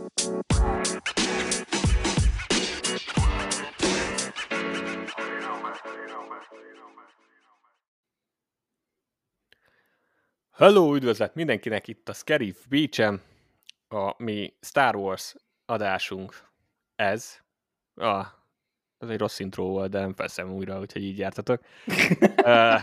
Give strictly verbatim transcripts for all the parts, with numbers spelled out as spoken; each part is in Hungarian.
Hello, üdvözlet mindenkinek itt a Scarif Beach-en, a mi Star Wars adásunk ez. Ah, ez egy rossz intro volt, de nem feszem újra, úgyhogy így jártatok. uh,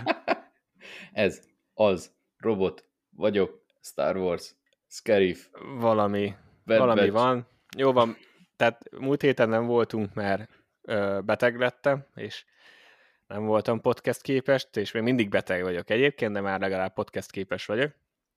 ez az robot vagyok, Star Wars, Scarif. Valami, Bad valami Batch. van. Jó van, tehát múlt héten nem voltunk, mert uh, beteg lettem, és nem voltam podcast képes, és még mindig beteg vagyok egyébként, de már legalább podcast képes vagyok.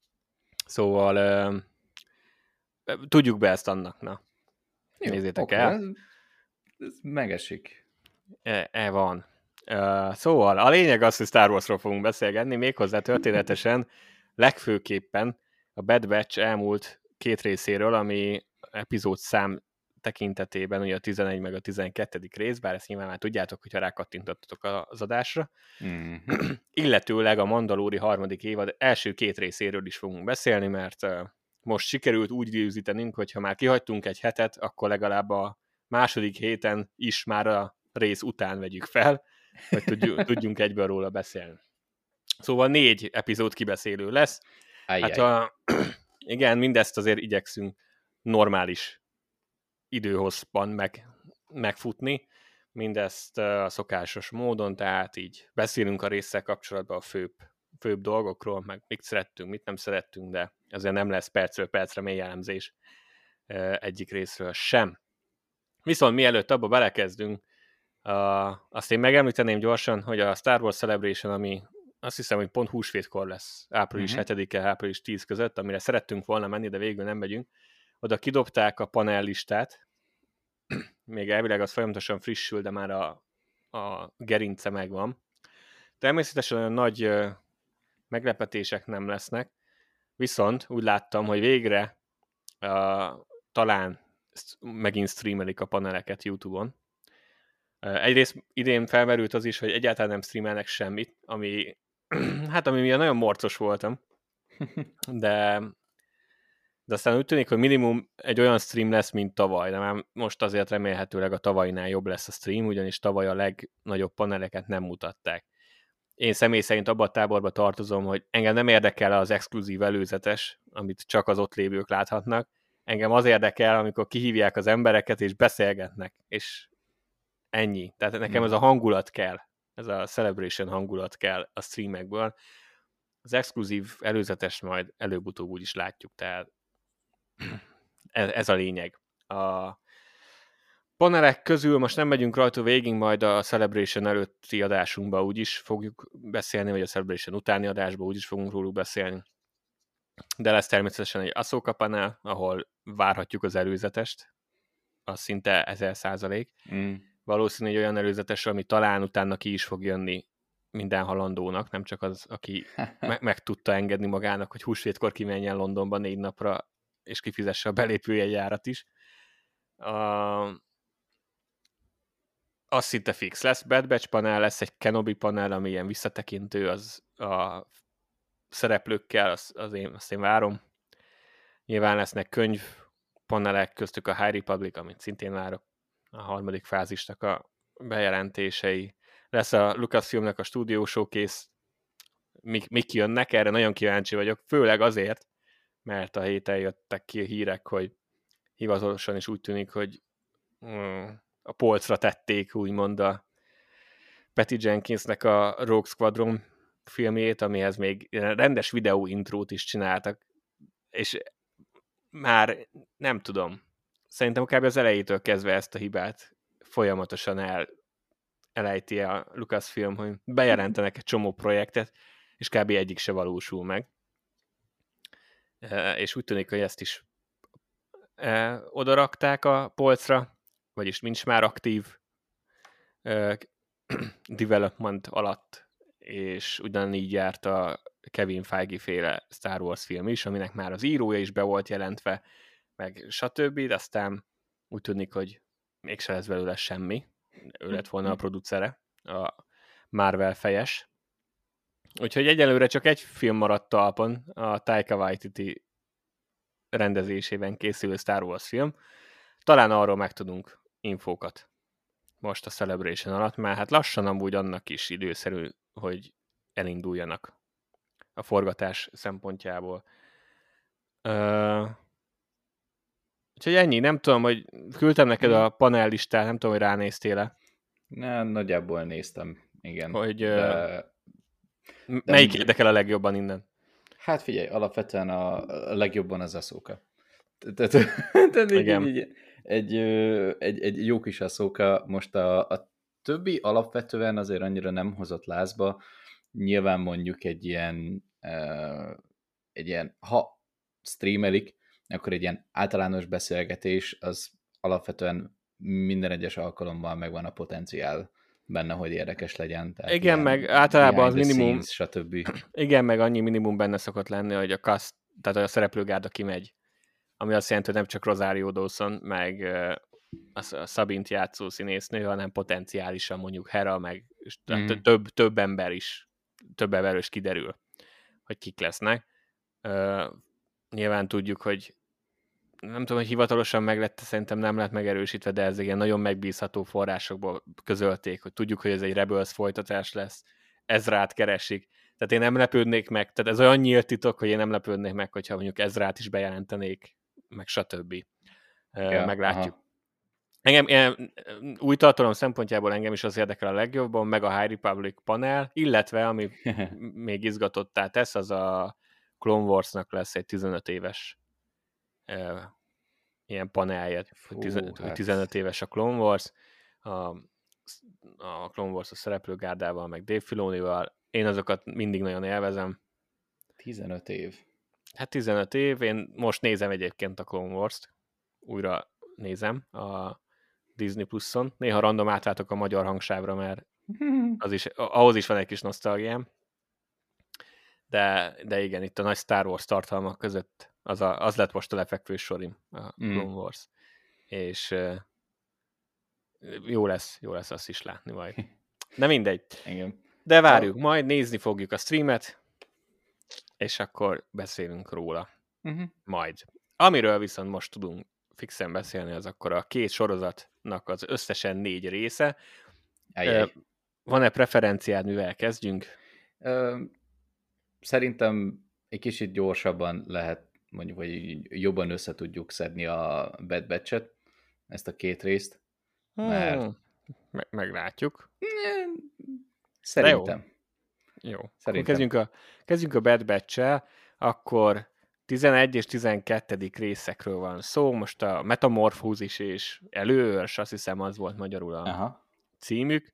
Szóval uh, tudjuk be ezt annak, na. Jó, Nézzétek oké, el. ez, ez megesik. E, e van. Uh, szóval a lényeg az, hogy Star Warsról fogunk beszélgetni, méghozzá történetesen legfőképpen a Bad Batch elmúlt két részéről, ami epizód szám tekintetében ugye a tizenegy meg a tizenkettedik rész, bár ezt nyilván már tudjátok, hogyha rákattintottatok az adásra. Mm-hmm. Illetőleg a Mandalóri harmadik évad első két részéről is fogunk beszélni, mert uh, most sikerült úgy időzítenünk, hogy ha már kihagytunk egy hetet, akkor legalább a második héten is már a rész után vegyük fel, hogy tudjunk, tudjunk egyből róla beszélni. Szóval négy epizód kibeszélő lesz. Ajjaj. Hát a, igen, mindezt azért igyekszünk normális időhozban meg, megfutni, mindezt a szokásos módon, tehát így beszélünk a résszel kapcsolatban a főbb, főbb dolgokról, meg mit szerettünk, mit nem szerettünk, de azért nem lesz percről percre mély elemzés egyik részről sem. Viszont mielőtt abba belekezdünk, Uh, azt én megemlíteném gyorsan, hogy a Star Wars Celebration, ami azt hiszem, hogy pont húsvétkor lesz, április uh-huh. hetedike, április tíz között, amire szerettünk volna menni, de végül nem megyünk. Oda kidobták a panellistát, még elvileg az folyamatosan frissül, de már a, a gerince megvan. Természetesen olyan nagy uh, meglepetések nem lesznek, viszont úgy láttam, hogy végre uh, talán megint streamelik a paneleket YouTube-on. Egyrészt idén felmerült az is, hogy egyáltalán nem streamelnek semmit, ami, hát ami miatt nagyon morcos voltam, de, de aztán úgy tűnik, hogy minimum egy olyan stream lesz, mint tavaly, de már most azért remélhetőleg a tavalynál jobb lesz a stream, ugyanis tavaly a legnagyobb paneleket nem mutatták. Én személy szerint abban a táborba tartozom, hogy engem nem érdekel az exkluzív előzetes, amit csak az ott lévők láthatnak, engem az érdekel, amikor kihívják az embereket és beszélgetnek, és ennyi. Tehát nekem ez a hangulat kell, ez a Celebration hangulat kell a streamekből. Az exkluzív előzetes majd előbb-utóbb úgy is látjuk, tehát ez, ez a lényeg. A panelek közül most nem megyünk rajta végig, majd a Celebration előtti adásunkban úgyis fogjuk beszélni, vagy a Celebration utáni adásban úgyis fogunk róluk beszélni. De lesz természetesen egy Ahsoka panel, ahol várhatjuk az előzetest, az szinte ezer százalék. Mm. Valószínű, hogy olyan előzetes, ami talán utána ki is fog jönni minden halandónak, nem csak az, aki me- meg tudta engedni magának, hogy húsvétkor kimenjen Londonba négy napra, és kifizesse a belépőjegyárat is. Uh, az szinte fix lesz. Bad Batch panel, lesz egy Kenobi panel, ami ilyen visszatekintő az a szereplőkkel, az, az én, azt én várom. Nyilván lesznek könyv panelek, köztük a High Republic, amit szintén várok, a harmadik fázisnak a bejelentései. Lesz a Lucasfilmnek a Studio Showcase, mik, mik jönnek, erre nagyon kíváncsi vagyok, főleg azért, mert a héten jöttek ki a hírek, hogy hivatalosan is úgy tűnik, hogy mm, a polcra tették úgymond a Patty Jenkinsnek a Rogue Squadron filmjét, amihez még rendes videó intrót is csináltak, és már nem tudom, szerintem kb. Az elejétől kezdve ezt a hibát folyamatosan el, elejti a Lucasfilm, hogy bejelentenek egy csomó projektet, és kb. Egyik se valósul meg. E, és úgy tűnik, hogy ezt is e, odarakták a polcra, vagyis nincs már aktív e, development alatt, és ugyanígy járt a Kevin Feige féle Star Wars film is, aminek már az írója is be volt jelentve, meg stb., de aztán úgy tűnik, hogy mégse lesz belőle semmi. Ő lett volna a producere, a Marvel fejes. Úgyhogy egyelőre csak egy film maradt talpon, a Taika Waititi rendezésében készülő Star Wars film. Talán arról megtudunk infókat most a Celebration alatt, mert hát lassan amúgy annak is időszerű, hogy elinduljanak a forgatás szempontjából. Uh, úgyhogy ennyi, nem tudom, hogy küldtem neked a panellistát, nem tudom, hogy ránéztél-e. Na, nagyjából néztem, igen. Hogy de... uh, melyik de... érdekel a legjobban innen? Hát figyelj, alapvetően a, a legjobban az Ahsoka. Tehát egy, egy, egy, egy jó kis Ahsoka. Most a, a többi alapvetően azért annyira nem hozott lázba. Nyilván mondjuk egy ilyen, uh, egy ilyen ha streamelik, akkor egy ilyen általános beszélgetés, az alapvetően minden egyes alkalommal megvan a potenciál benne, hogy érdekes legyen. Tehát igen, meg általában az minimum, scenes, stb. Igen, meg annyi minimum benne szokott lenni, hogy a cast, tehát a szereplőgárda kimegy. Ami azt jelenti, hogy nem csak Rosario Dawson, meg a Sabint játszó színésznő, hanem potenciálisan mondjuk Hera, meg mm. több, több ember is, több ember is kiderül, hogy kik lesznek. Uh, nyilván tudjuk, hogy nem tudom, hogy hivatalosan meg lett, szerintem nem lett megerősítve, de ez ilyen nagyon megbízható forrásokból közölték, hogy tudjuk, hogy ez egy Rebels folytatás lesz, Ezrát keresik. Tehát én nem lepődnék meg, tehát ez olyan nyílt titok, hogy én nem lepődnék meg, hogyha mondjuk Ezrát is bejelentenék, meg stb. Ja, meglátjuk. Aha. Engem, én, új tartalom szempontjából engem is az érdekel a legjobban, meg a High Republic panel, illetve, ami még izgatottá tesz, az a Clone Wars-nak lesz egy tizenöt éves uh, ilyen panelje, Fú, tizenöt, hát. tizenöt éves a Clone Wars, a, a Clone Wars a szereplőgárdával, meg Dave Filonival. Én azokat mindig nagyon élvezem. tizenöt év. Hát tizenöt év, én most nézem egyébként a Clone Wars-t, újra nézem a Disney Plus-on. Néha random átváltok a magyar hangsávra, mert az is, ahhoz is van egy kis nosztalgiám. De, de igen, itt a nagy Star Wars tartalmak között az, a, az lett most a lefekvő sorim, a Clone mm. Wars. És uh, jó lesz, jó lesz azt is látni majd. De mindegy. Igen. De várjuk, majd nézni fogjuk a streamet, és akkor beszélünk róla. Uh-huh. Majd. Amiről viszont most tudunk fixen beszélni, az akkor a két sorozatnak az összesen négy része. Ajaj. Van-e preferenciád, mivel kezdjünk? Ö, szerintem egy kicsit gyorsabban lehet, mondjuk, hogy jobban össze tudjuk szedni a Bad Batch-et, ezt a két részt. Mert... Hmm. Me- meglátjuk. Szerintem. Jó. jó. Szerintem. Kezdjünk a, kezdjünk a Bad Batch-el, akkor tizenegy és tizenkettedik részekről van szó. Most a Metamorfózis és Előőrs, azt hiszem az volt magyarul a Aha. címük.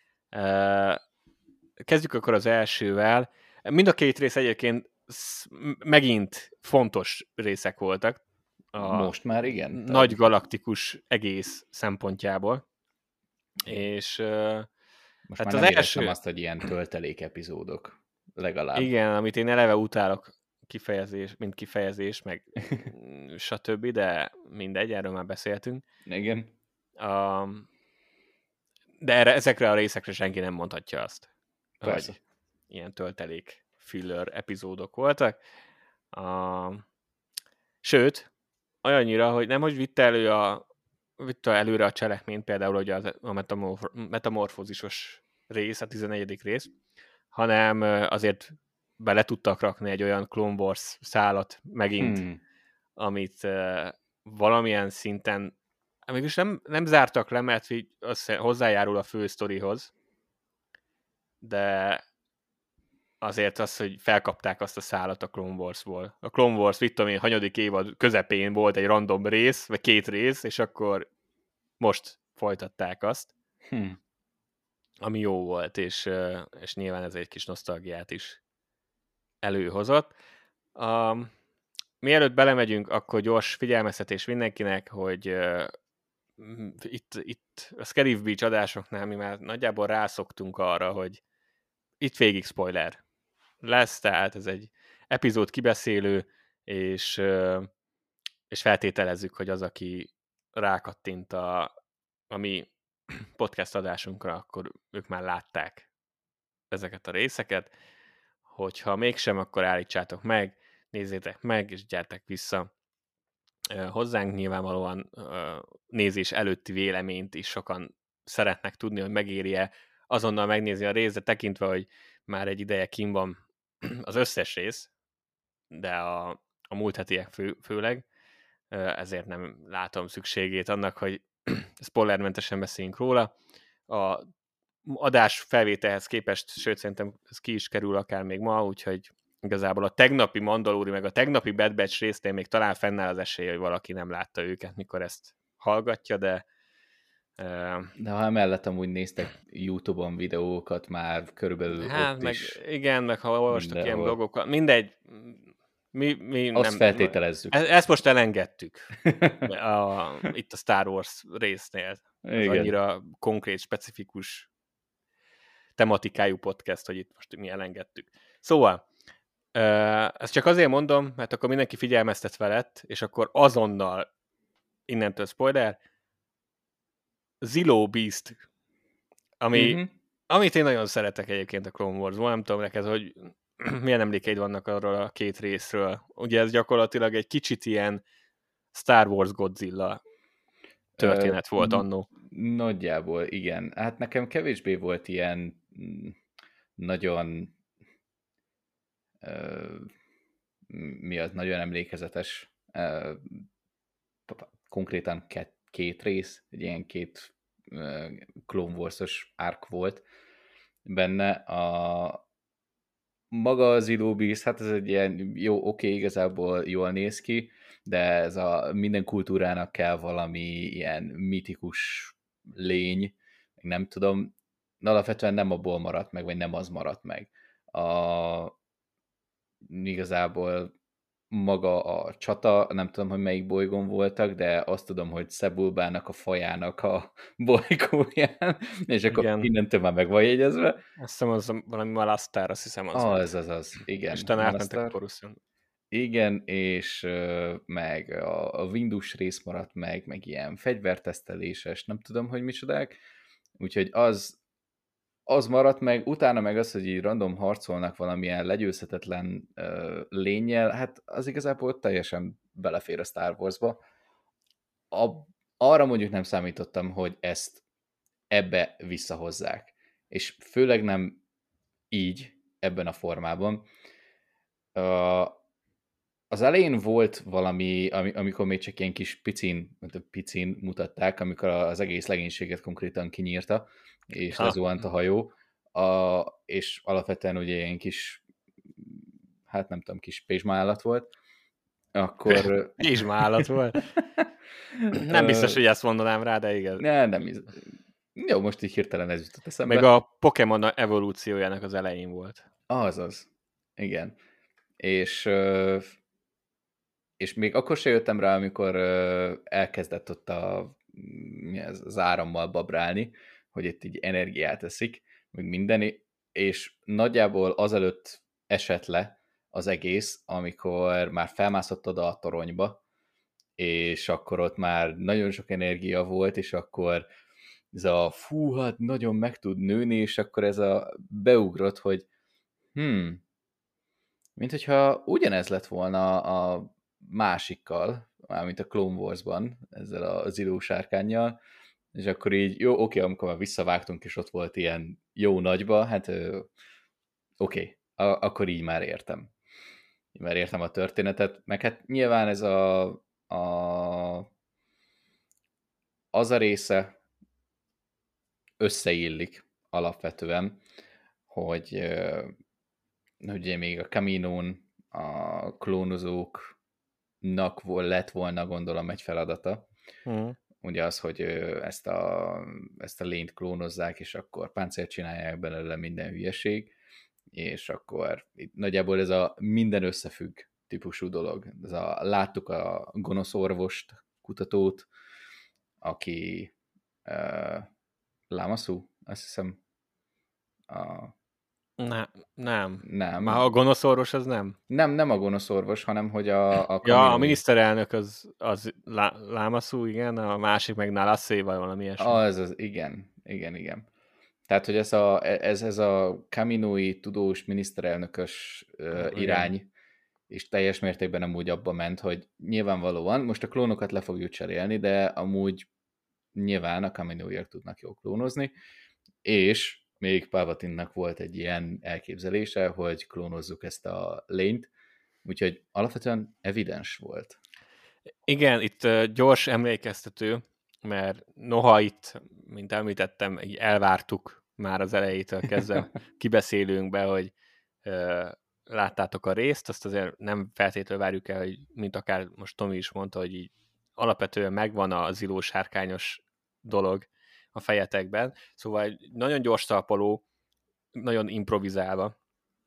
Kezdjük akkor az elsővel. Mind a két rész egyébként megint fontos részek voltak. A most már igen. Nagy tehát... galaktikus egész szempontjából. És most hát már nem az első... azt, hogy ilyen töltelék epizódok legalább. Igen, amit én eleve utálok kifejezés, mint kifejezés, meg stb., de mindegy, erről már beszéltünk. Igen. Um, de erre, ezekre a részekre senki nem mondhatja azt, Persze. hogy ilyen töltelék filler epizódok voltak. Um, sőt, olyannyira, hogy nem hogy vitte elő a vitte előre a cselekményt, például hogy a, a metamorf- metamorfózisos rész, a tizennegyedik rész, hanem azért bele tudtak rakni egy olyan Clone Wars szálat megint, hmm. amit uh, valamilyen szinten mégis nem, nem zártak le, mert hozzájárul a fő sztorihoz, de azért az, hogy felkapták azt a szálat a Clone Wars-ból. A Clone Wars, mit tudom én, hanyadik évad közepén volt egy random rész, vagy két rész, és akkor most folytatták azt, hmm. ami jó volt, és, és nyilván ez egy kis nosztalgiát is előhozott. Um, mielőtt belemegyünk, akkor gyors figyelmeztetés mindenkinek, hogy uh, itt, itt a Scarif Beach adásoknál mi már nagyjából rászoktunk arra, hogy itt végig spoiler lesz, tehát ez egy epizód kibeszélő, és, uh, és feltételezzük, hogy az, aki rákattint a, a mi podcast adásunkra, akkor ők már látták ezeket a részeket. Hogyha mégsem, akkor állítsátok meg, nézzétek meg, és gyertek vissza, hozzánk. Nyilvánvalóan nézés előtti véleményt is sokan szeretnek tudni, hogy megéri-e azonnal megnézni a részt, de tekintve, hogy már egy ideje kín van az összes rész, de a, a múlt hetiek fő, főleg, ezért nem látom szükségét annak, hogy spoilermentesen beszéljünk róla. A adás felvételhez képest, sőt szerintem ez ki is kerül akár még ma, úgyhogy igazából a tegnapi Mandalori meg a tegnapi Bad Batch résznél még talán fennáll az esély, hogy valaki nem látta őket, mikor ezt hallgatja, de de ha emellett amúgy néztek YouTube-on videókat már körülbelül hát ott meg, is. Igen, meg ha olvastak ilyen blogokat, mindegy, mi, mi azt nem, feltételezzük. E- ezt most elengedtük a, itt a Star Wars résznél. Ez annyira konkrét, specifikus tematikájú podcast, hogy itt most mi elengedtük. Szóval, ezt csak azért mondom, mert akkor mindenki figyelmeztetve lett, és akkor azonnal innentől spoiler, Zillow Beast, ami, uh-huh. amit én nagyon szeretek egyébként a Clone Wars-ból, nem tudom neked, hogy milyen emlékeid vannak arról a két részről. Ugye ez gyakorlatilag egy kicsit ilyen Star Wars Godzilla történet uh, volt annó. Nagyjából, igen. Hát nekem kevésbé volt ilyen nagyon uh, mi az, nagyon emlékezetes uh, konkrétan két, két rész, egy ilyen két uh, Clone Wars-os arc volt benne. A maga az Zillow Beast, hát ez egy ilyen jó, oké, okay, igazából jól néz ki, de ez a minden kultúrának kell valami ilyen mitikus lény, nem tudom, alapvetően nem abból maradt meg, vagy nem az maradt meg. A, igazából maga a csata, nem tudom, hogy melyik bolygón voltak, de azt tudom, hogy Sebulbának a fajának a bolygóján, és akkor igen. Innentől már meg van jegyezve. Azt hiszem, az valami Malastar, azt hiszem az ah, volt. ez az az, igen. És talán átmentek Coruscant. Igen, és uh, meg a, a Windows rész maradt meg, meg ilyen fegyverteszteléses, nem tudom, hogy micsodák. Úgyhogy az, az maradt meg, utána meg az, hogy így random harcolnak valamilyen legyőzhetetlen uh, lénnyel, hát az igazából teljesen belefér a Star Wars-ba. A, arra mondjuk nem számítottam, hogy ezt ebbe visszahozzák. És főleg nem így, ebben a formában. Uh, az elején volt valami, amikor még csak ilyen kis picin, picin mutatták, amikor az egész legénységet konkrétan kinyírta, és ha. lezuhant a hajó, a, és alapvetően ugye ilyen kis, hát nem tudom, kis pézsmaállat volt, akkor... Pézsmaállat volt? Nem biztos, hogy ezt mondanám rá, de igen. Ne, nem. Jó, most így hirtelen ez jutott eszembe. Meg a Pokémon evolúciójának az elején volt. Azaz. Igen. És... és még akkor se jöttem rá, amikor elkezdett ott a, mi ez, az árammal babrálni, hogy itt így energiát eszik, meg minden, és nagyjából azelőtt esett le az egész, amikor már felmászott oda a toronyba, és akkor ott már nagyon sok energia volt, és akkor ez a fú, hát nagyon meg tud nőni, és akkor ez a beugrott, hogy hmm, mint hogyha ugyanez lett volna a másikkal, mármint a Clone Wars-ban, ezzel a Zillow sárkánnyal, és akkor így, jó, oké, amikor már visszavágtunk, és ott volt ilyen jó nagyba, hát oké, akkor így már értem. Így már értem a történetet, meg hát nyilván ez a, a az a része összeillik alapvetően, hogy ugye még a Kaminón a klónozóknak lett volna, gondolom, egy feladata. Mm. Ugye az, hogy ezt a, ezt a lényt klónozzák, és akkor páncélt csinálják belőle, minden hülyeség, és akkor itt nagyjából ez a minden összefügg típusú dolog. Ez a, láttuk a gonosz orvost, kutatót, aki uh, Lámaszú, azt hiszem. A... Ne, nem. Nem. Már a gonosz orvos az nem? Nem, nem a gonosz orvos, hanem hogy a... a ja, a miniszterelnök az, az lá, Lámaszú, igen, a másik meg Nalassé, vagy valami ilyesmi. Az, az, igen, igen, igen. Tehát, hogy ez a, ez, ez a kaminói tudós miniszterelnökös uh, irány, és teljes mértékben amúgy abba ment, hogy nyilvánvalóan most a klónokat le fogjuk cserélni, de amúgy nyilván a Kaminoiak tudnak jól klónozni, és még Palpatine-nak volt egy ilyen elképzelése, hogy klónozzuk ezt a lényt, úgyhogy alapvetően evidens volt. Igen, itt uh, gyors emlékeztető, mert noha itt, mint említettem, így elvártuk már az elejétől kezdve kibeszélőnkbe, hogy uh, láttátok a részt, azt azért nem feltétlenül várjuk el, hogy mint akár most Tomi is mondta, hogy így alapvetően megvan a zilós sárkányos dolog a fejetekben, szóval egy nagyon gyors talpaló, nagyon improvizálva.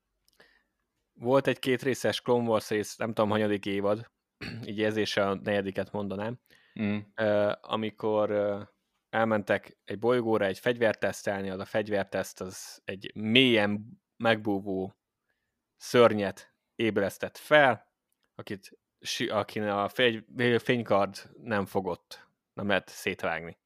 Volt egy kétrészes Clone Wars rész, nem tudom, hanyadik évad, így érzéssel a negyediket mondanám, Mm. uh, amikor uh, elmentek egy bolygóra egy fegyvert tesztelni, az a fegyverteszt az egy mélyen megbúvó szörnyet ébresztett fel, akit, akin a fény, fénykard nem fogott, nem lehet szétvágni.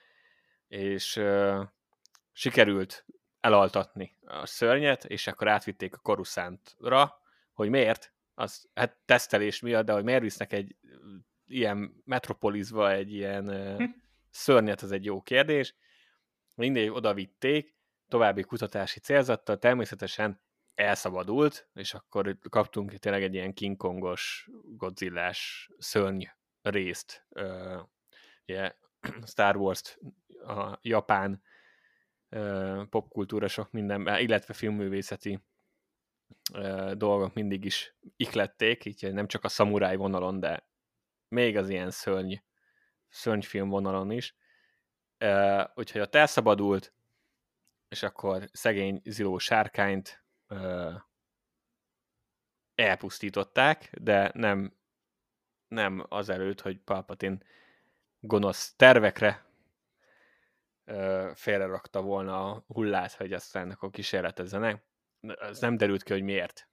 És uh, sikerült elaltatni a szörnyet, és akkor átvitték a Coruscantra, hogy miért? Az, hát tesztelés miatt, de hogy miért visznek egy ilyen metropoliszba egy ilyen hm. szörnyet, az egy jó kérdés. Mindegy, oda vitték, további kutatási célzattal, természetesen elszabadult, és akkor kaptunk tényleg egy ilyen King Kongos, Godzillás szörny részt. Uh, ugye Star Wars-t, a japán uh, popkultúra sok mindenben, illetve filmművészeti uh, dolgok mindig is ihlették, így nem csak a szamuráj vonalon, de még az ilyen szörny, szörnyfilm vonalon is. Uh, úgyhogy ott elszabadult, és akkor szegény ziló sárkányt uh, elpusztították, de nem, nem azelőtt, hogy Palpatine gonosz tervekre uh, félrerakta volna a hullát, hogy aztán akkor kísérletezzenek. Ez nem derült ki, hogy miért.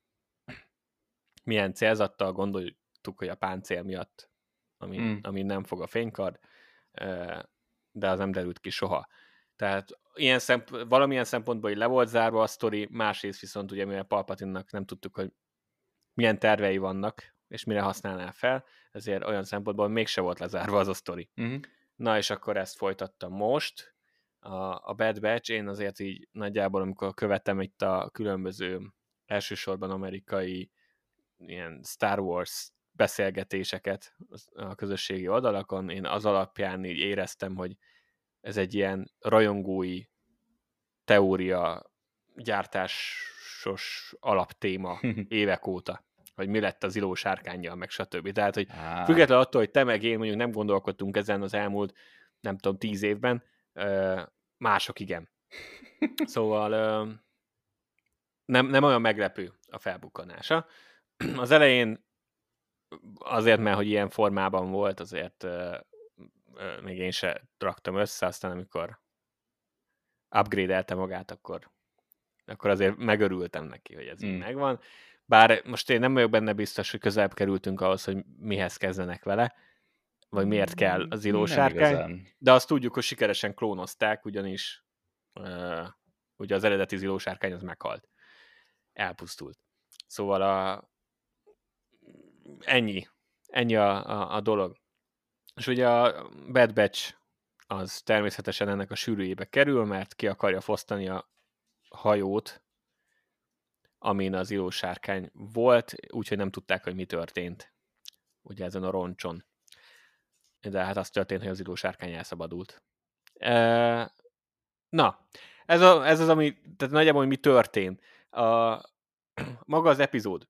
Milyen célzattal, gondoltuk, hogy a páncél miatt, ami, mm. ami nem fog a fénykard, uh, de az nem derült ki soha. Tehát ilyen szemp- valamilyen szempontból le volt zárva a sztori, másrészt viszont ugye, mivel Palpatine-nak nem tudtuk, hogy milyen tervei vannak, és mire használná fel, ezért olyan szempontból mégse volt lezárva az a sztori. Uh-huh. Na, és akkor ezt folytattam most. A, a Bad Batch, én azért így nagyjából, amikor követem itt a különböző elsősorban amerikai ilyen Star Wars beszélgetéseket a közösségi oldalakon, én az alapján így éreztem, hogy ez egy ilyen rajongói teória gyártásos alaptéma évek óta, hogy mi lett a ziló sárkánnyal, meg stb. Tehát, hogy ah. függetlenül attól, hogy te meg én mondjuk nem gondolkodtunk ezen az elmúlt, nem tudom, tíz évben, mások igen. Szóval nem, nem olyan meglepő a felbukkanása. Az elején azért, mert hogy ilyen formában volt, azért még én se raktam össze, aztán amikor upgrade-elte magát, akkor, akkor azért megörültem neki, hogy ez mm. így megvan. Bár most én nem vagyok benne biztos, hogy közelebb kerültünk ahhoz, hogy mihez kezdenek vele, vagy miért kell az ziló sárkány, de azt tudjuk, hogy sikeresen klónozták, ugyanis uh, ugye az eredeti ziló sárkány az meghalt. Elpusztult. Szóval a, ennyi. Ennyi a, a, a dolog. És ugye a Bad Batch az természetesen ennek a sűrűjébe kerül, mert ki akarja fosztani a hajót, amin az ziló sárkány volt, úgyhogy nem tudták, hogy mi történt. Ugye ezen a roncson. De hát az történt, hogy az ziló sárkány elszabadult. E, na, ez, a, ez az, ami, tehát nagyjából, hogy mi történt. A, maga az epizód.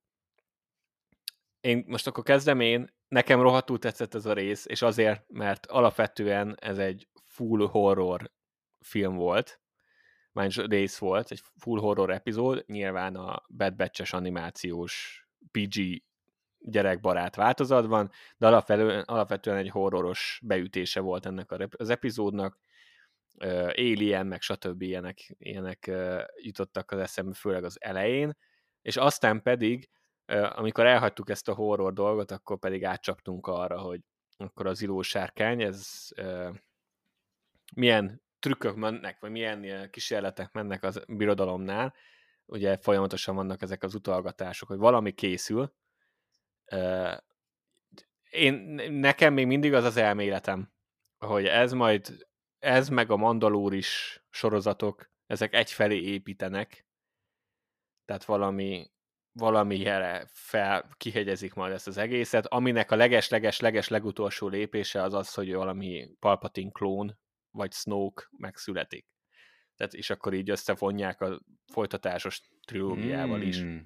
Én most akkor kezdem én, nekem rohadtul tetszett ez a rész, és azért, mert alapvetően ez egy full horror film volt, mányis rész volt, egy full horror epizód, nyilván a Bad Batch-es animációs pé gé gyerekbarát változatban, de alapvetően, alapvetően egy horroros beütése volt ennek az epizódnak, uh, Alien, meg stb. ilyenek, ilyenek uh, jutottak az eszembe, főleg az elején, és aztán pedig, uh, amikor elhagytuk ezt a horror dolgot, akkor pedig átcsaptunk arra, hogy akkor az ziló sárkány, ez uh, milyen trükkök mennek, vagy milyen kísérletek mennek az birodalomnál, ugye folyamatosan vannak ezek az utalgatások, hogy valami készül, Én, nekem még mindig az az elméletem, hogy ez majd, ez meg a Mandalóris sorozatok, ezek egyfelé építenek, tehát valami, valamire fel kihegyezik majd ezt az egészet, aminek a leges-leges-leges legutolsó lépése az az, hogy valami Palpatine klón, vagy Snoke megszületik. Tehát, és akkor így összevonják a folytatásos trilógiával is. Mm.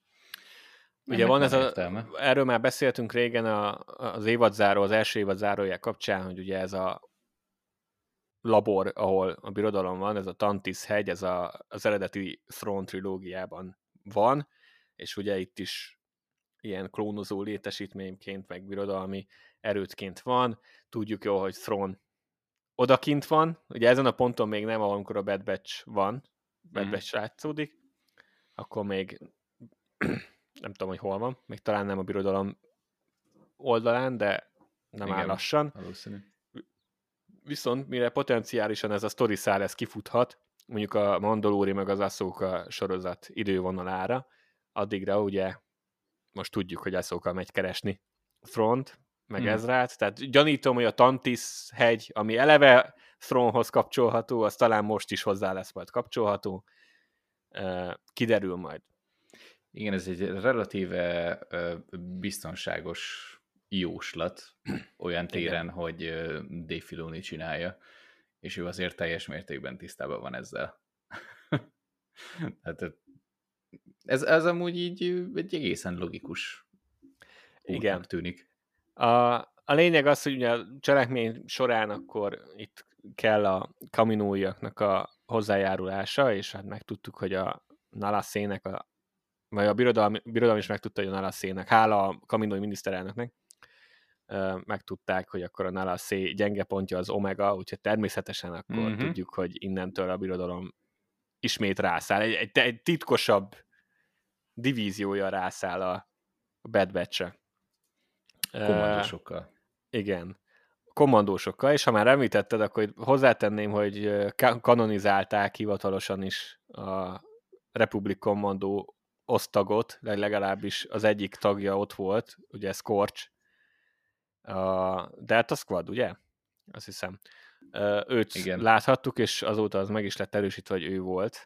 Ugye van ez a, erről már beszéltünk régen a, az évadzáró, az első évadzárója kapcsán, hogy ugye ez a labor, ahol a birodalom van, ez a Tantis hegy, ez a, az eredeti Throne trilógiában van, és ugye itt is ilyen klónozó létesítményként, meg birodalmi erőtként van. Tudjuk jól, hogy Throne odakint van, ugye ezen a ponton még nem, amikor a Bad Batch van, Bad mm. Batch látszódik, akkor még nem tudom, hogy hol van, még talán nem a birodalom oldalán, de nem Igen, áll lassan. Valószínű. Viszont mire potenciálisan ez a sztori szál ez kifuthat, mondjuk a Mandalori meg az Ahsoka sorozat idővonalára, addigra ugye most tudjuk, hogy Ahsoka megy keresni Throne-t, meg hmm. Ezrát, tehát gyanítom, hogy a Tantis hegy, ami eleve Thrawnhoz kapcsolható, az talán most is hozzá lesz majd kapcsolható, kiderül majd. Igen, ez egy relatíve biztonságos jóslat olyan téren, Igen. hogy Dave Filoni csinálja, és ő azért teljes mértékben tisztában van ezzel. Hát ez, ez amúgy így egy egészen logikus útnak tűnik. A, a lényeg az, hogy ugye a cselekmény során akkor itt kell a kaminóiaknak a hozzájárulása, és hát megtudtuk, hogy a Nala Se-nek a vagy a birodalom, birodalom is megtudta, hogy a Nala Se-nek, hála a kaminói miniszterelnöknek, megtudták, hogy akkor a Nala Se gyenge pontja az Omega, úgyhogy természetesen akkor mm-hmm. tudjuk, hogy innentől a birodalom ismét rászáll. Egy, egy, egy titkosabb divíziója rászáll a Bad Batch-re. Kommandósokkal. Uh, igen. Kommandósokkal, és ha már említetted, akkor hozzátenném, hogy kanonizálták hivatalosan is a Republic Kommandó osztagot, legalábbis az egyik tagja ott volt, ugye Scorch, a Delta Squad, ugye? Azt hiszem. Őt Igen. láthattuk, és azóta az meg is lett erősítve, hogy ő volt.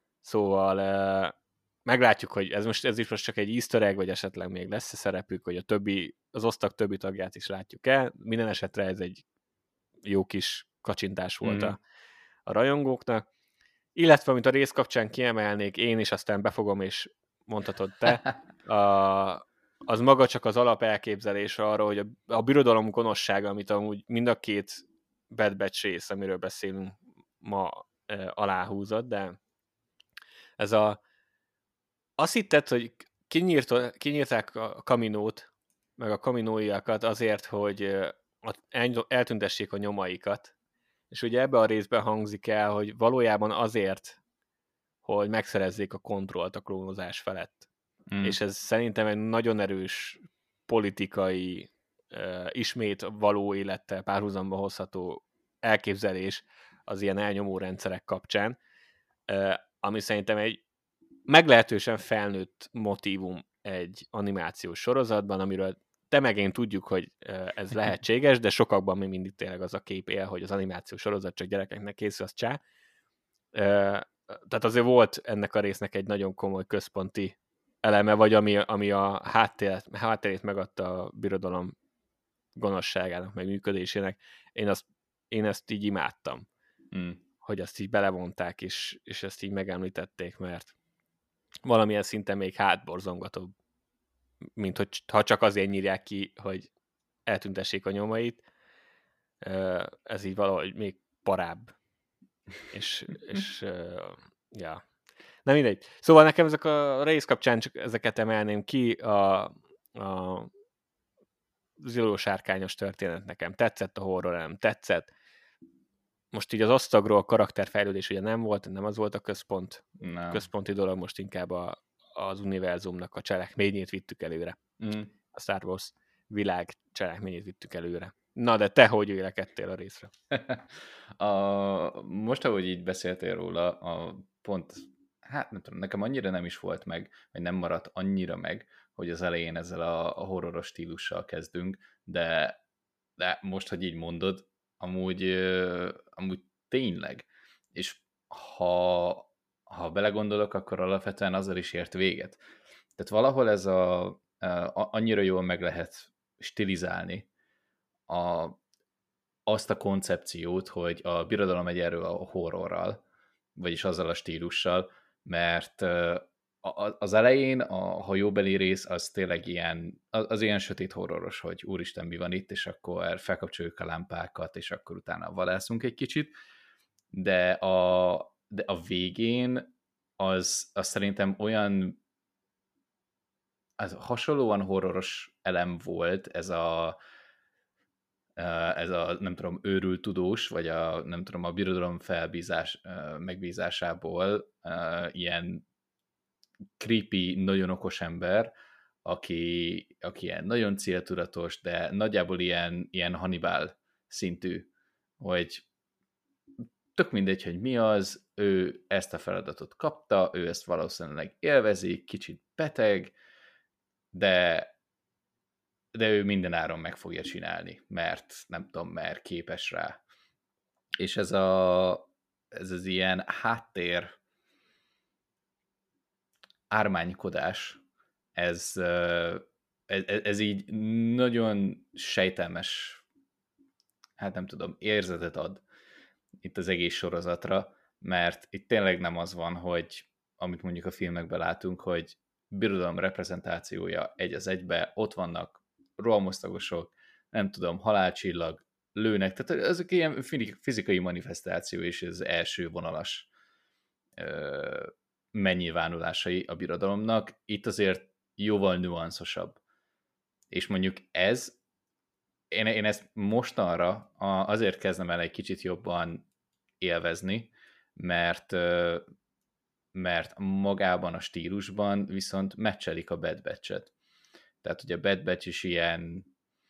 Szóval meglátjuk, hogy ez most ez is most csak egy easter egg, vagy esetleg még lesz-e szerepük, hogy a többi, az osztag többi tagját is látjuk el. Minden esetre ez egy jó kis kacsintás volt mm. a, a rajongóknak. Illetve, amit a rész kapcsán kiemelnék, én is aztán befogom, és mondhatod te, a, az maga csak az alap elképzelés arra, hogy a, a birodalom gonoszsága, amit amúgy mind a két Bad Batch rész, amiről beszélünk ma e, aláhúzott, de ez a azt hitted, hogy kinyírt, kinyírták a kaminót, meg a kaminóiakat azért, hogy eltüntessék a nyomaikat, és ugye ebbe a részben hangzik el, hogy valójában azért, hogy megszerezzék a kontrollt a klónozás felett. Mm. És ez szerintem egy nagyon erős politikai, uh, ismét való élettel párhuzamba hozható elképzelés az ilyen elnyomó rendszerek kapcsán, uh, ami szerintem egy meglehetősen felnőtt motívum egy animációs sorozatban, amiről te meg én tudjuk, hogy uh, ez lehetséges, de sokakban még mindig tényleg az a kép él, hogy az animációs sorozat csak gyerekeknek készül, az csá. Uh, tehát azért volt ennek a résznek egy nagyon komoly központi eleme, vagy ami, ami a háttérét, háttérét megadta a birodalom gonoszságának, meg működésének. Én, azt, én ezt így imádtam, mm. hogy azt így belevonták, és, és ezt így megemlítették, mert valamilyen szinten még hátborzongatóbb, mint hogy ha csak azért nyírják ki, hogy eltüntessék a nyomait. Ez így valahogy még parább. És, és ja, nem mindegy. Szóval nekem ezek a rész kapcsán csak ezeket emelném ki, a, a zilósárkányos történet nekem tetszett, a horror nem tetszett. Most így az osztagról a karakterfejlődés ugye nem volt, nem az volt a központ, no. központi dolog, most inkább a, az univerzumnak a cselekményét vittük előre. Mm. A Star Wars világ cselekményét vittük előre. Na, de te hogy vélekedtél a részre? a, most, ahogy így beszéltél róla, a pont hát nem tudom, nekem annyira nem is volt meg, vagy nem maradt annyira meg, hogy az elején ezzel a, a horroros stílussal kezdünk, de, de most, hogy így mondod, amúgy, ö, amúgy tényleg, és ha, ha belegondolok, akkor alapvetően azzal is ért véget. Tehát valahol ez a, a annyira jól meg lehet stilizálni a, azt a koncepciót, hogy a birodalom megy erről a horrorral, vagyis azzal a stílussal, mert az elején a hajóbeli rész az tényleg ilyen, az ilyen sötét horroros, hogy úristen, mi van itt, és akkor felkapcsoljuk a lámpákat, és akkor utána vadászunk egy kicsit, de a, de a végén az, az szerintem olyan az hasonlóan horroros elem volt ez a ez a, nem tudom, őrült tudós, vagy a, nem tudom, a birodalom felbízás, megbízásából ilyen creepy, nagyon okos ember, aki, aki ilyen nagyon céltudatos, de nagyjából ilyen, ilyen Hannibal szintű, hogy tök mindegy, hogy mi az, ő ezt a feladatot kapta, ő ezt valószínűleg élvezi, kicsit beteg, de de ő minden áron meg fogja csinálni, mert nem tudom, mert képes rá. És ez a ez az ilyen háttér ármánykodás, ez, ez, ez így nagyon sejtelmes, hát nem tudom, érzetet ad itt az egész sorozatra, mert itt tényleg nem az van, hogy amit mondjuk a filmekben látunk, hogy birodalom reprezentációja egy az egybe, ott vannak rohamosztagosok, nem tudom, halálcsillag, lőnek, tehát ezek ilyen fizikai manifestáció és az első vonalas ö, megnyilvánulásai a birodalomnak. Itt azért jóval nüanszosabb. És mondjuk ez, én, én ezt mostanra azért kezdem el egy kicsit jobban élvezni, mert, mert magában a stílusban viszont meccselik a Bad Batch-et. Tehát ugye a Bad Batch is ilyen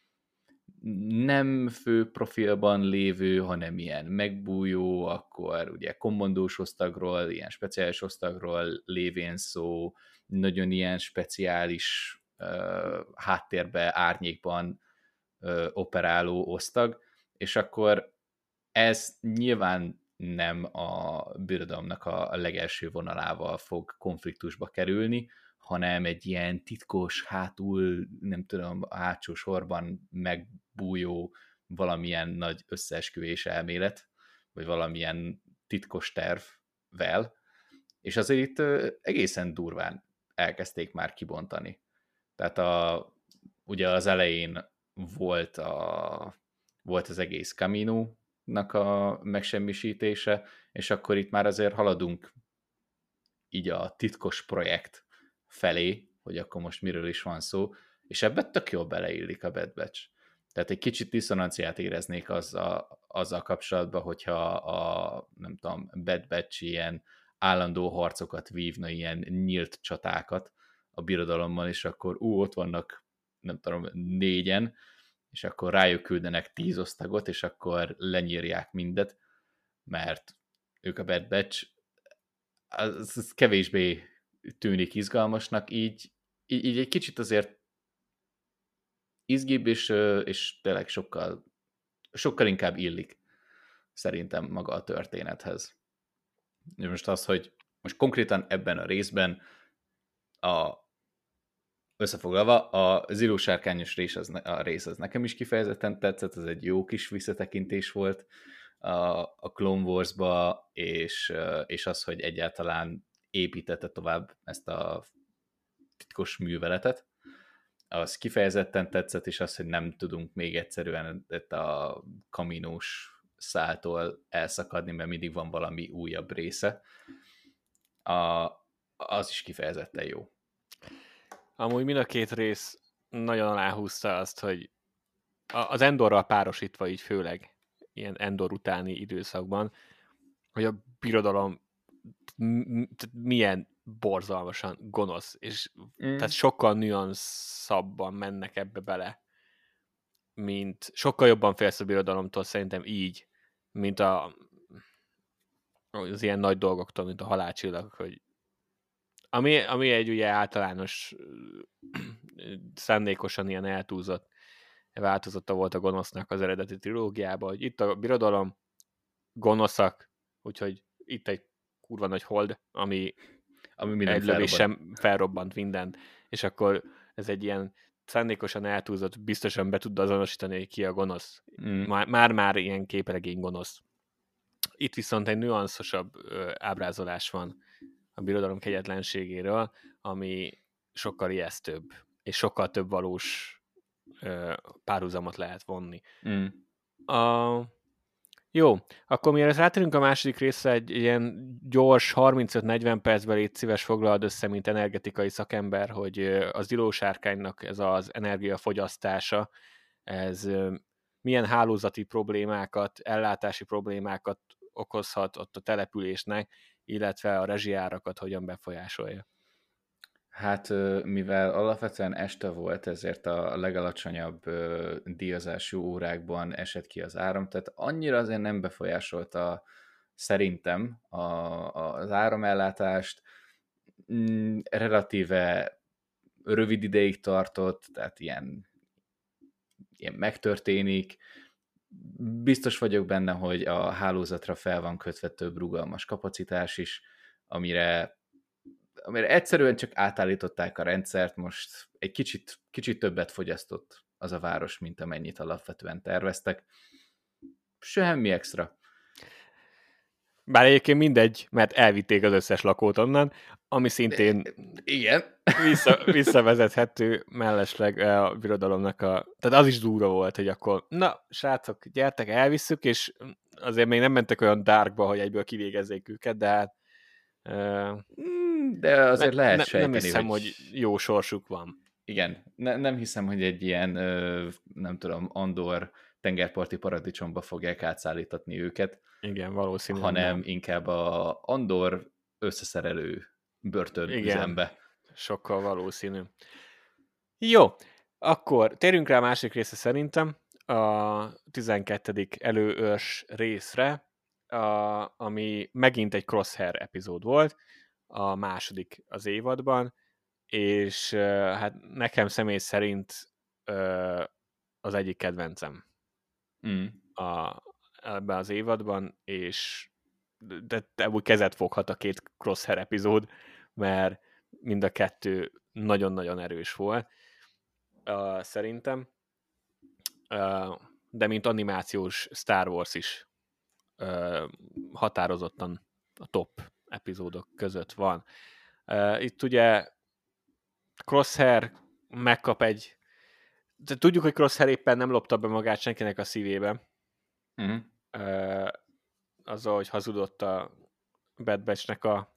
nem fő profilban lévő, hanem ilyen megbújó, akkor ugye kommandós osztagról, ilyen speciális osztagról lévén szó, nagyon ilyen speciális uh, háttérbe, árnyékban uh, operáló osztag, és akkor ez nyilván nem a birodalomnak a legelső vonalával fog konfliktusba kerülni, hanem egy ilyen titkos, hátul, nem tudom, a hátsó sorban megbújó valamilyen nagy összeesküvés elmélet, vagy valamilyen titkos tervvel, és azért itt egészen durván elkezdték már kibontani. Tehát a, ugye az elején volt, a, volt az egész Camino-nak a megsemmisítése, és akkor itt már azért haladunk így a titkos projekt felé, hogy akkor most miről is van szó, és ebben tök jól beleillik a Bad Batch. Tehát egy kicsit diszonanciát éreznék azzal, azzal kapcsolatban, hogyha a, nem tudom, Bad Batch ilyen állandó harcokat vívna, ilyen nyílt csatákat a birodalommal, és akkor ú, ott vannak, nem tudom, négyen, és akkor rájuk küldenek tíz osztagot, és akkor lenyírják mindet, mert ők a Bad Batch, az, az kevésbé tűnik izgalmasnak, így, így, így egy kicsit azért izgibb, és, és tényleg sokkal, sokkal inkább illik szerintem maga a történethez. Most az, hogy most konkrétan ebben a részben a, összefoglalva, a zilósárkányos rész az, a rész az nekem is kifejezetten tetszett, ez egy jó kis visszatekintés volt a, a Clone Wars-ba, és, és az, hogy egyáltalán építette tovább ezt a titkos műveletet, az kifejezetten tetszett, és az, hogy nem tudunk még egyszerűen a kaminós száltól elszakadni, mert mindig van valami újabb része, a, az is kifejezetten jó. Amúgy mind a két rész nagyon aláhúzta azt, hogy az Endorral párosítva így főleg, ilyen Endor utáni időszakban, hogy a birodalom milyen borzalmasan gonosz, és mm. tehát sokkal nüanszabban mennek ebbe bele, mint sokkal jobban félsz a birodalomtól szerintem így, mint a, az ilyen nagy dolgoktól, mint a halálcsillag, hogy Ami, ami egy ugye általános, szándékosan ilyen eltúlzott változata volt a gonosznak az eredeti trilógiában, hogy itt a birodalom, gonoszak, úgyhogy itt egy kurva nagy hold, ami, ami minden egy lövéssem felrobbant mindent, és akkor ez egy ilyen szándékosan eltúlzott, biztosan be tud azonosítani, hogy ki a gonosz. Mm. Már-már ilyen képregény gonosz. Itt viszont egy nüanszosabb ö, ábrázolás van a birodalom kegyetlenségéről, ami sokkal ijesztőbb, és sokkal több valós ö, párhuzamot lehet vonni. Mm. A... Jó, akkor mielőtt rátérünk a második részre, egy ilyen gyors harmincöt-negyven percben légy szíves foglald össze, mint energetikai szakember, hogy az zilósárkánynak ez az energiafogyasztása, ez milyen hálózati problémákat, ellátási problémákat okozhat ott a településnek, illetve a rezsijárakat hogyan befolyásolja. Hát mivel alapvetően este volt, ezért a legalacsonyabb díjazású órákban esett ki az áram, tehát annyira azért nem befolyásolta szerintem a, az áramellátást, relatíve rövid ideig tartott, tehát ilyen, ilyen megtörténik. Biztos vagyok benne, hogy a hálózatra fel van kötve több rugalmas kapacitás is, amire amire egyszerűen csak átállították a rendszert, most egy kicsit, kicsit többet fogyasztott az a város, mint amennyit alapvetően terveztek. Semmi extra. Bár egyébként mindegy, mert elvitték az összes lakót onnan, ami szintén igen. Vissza, visszavezethető mellesleg a birodalomnak a... Tehát az is durva volt, hogy akkor, na, srácok, gyertek, elvisszük, és azért még nem mentek olyan darkba, hogy egyből kivégezzék őket, de hát... Uh, de azért ne, lehet ne, sejteni, nem hiszem, hogy... hogy jó sorsuk van. Igen, ne, nem hiszem, hogy egy ilyen, nem tudom, Andor tengerparti paradicsomba fogják átszállítatni őket. Igen, valószínűleg hanem nem. inkább a Andor összeszerelő börtönüzembe. Igen, sokkal valószínű. Jó, akkor térjünk rá a másik része szerintem, a tizenkettedik előőrs részre, a, ami megint egy Crosshair epizód volt, a második az évadban, és hát nekem személy szerint az egyik kedvencem mm. a, ebben az évadban, és de, de úgy kezet foghat a két Crosshair epizód, mert mind a kettő nagyon-nagyon erős volt, uh, szerintem. Uh, de mint animációs Star Wars is uh, határozottan a top epizódok között van. Uh, itt ugye Crosshair megkap egy... De tudjuk, hogy Crosshair éppen nem lopta be magát senkinek a szívébe. Mm. Uh, azzal, hogy hazudott a Bad Batch-nek a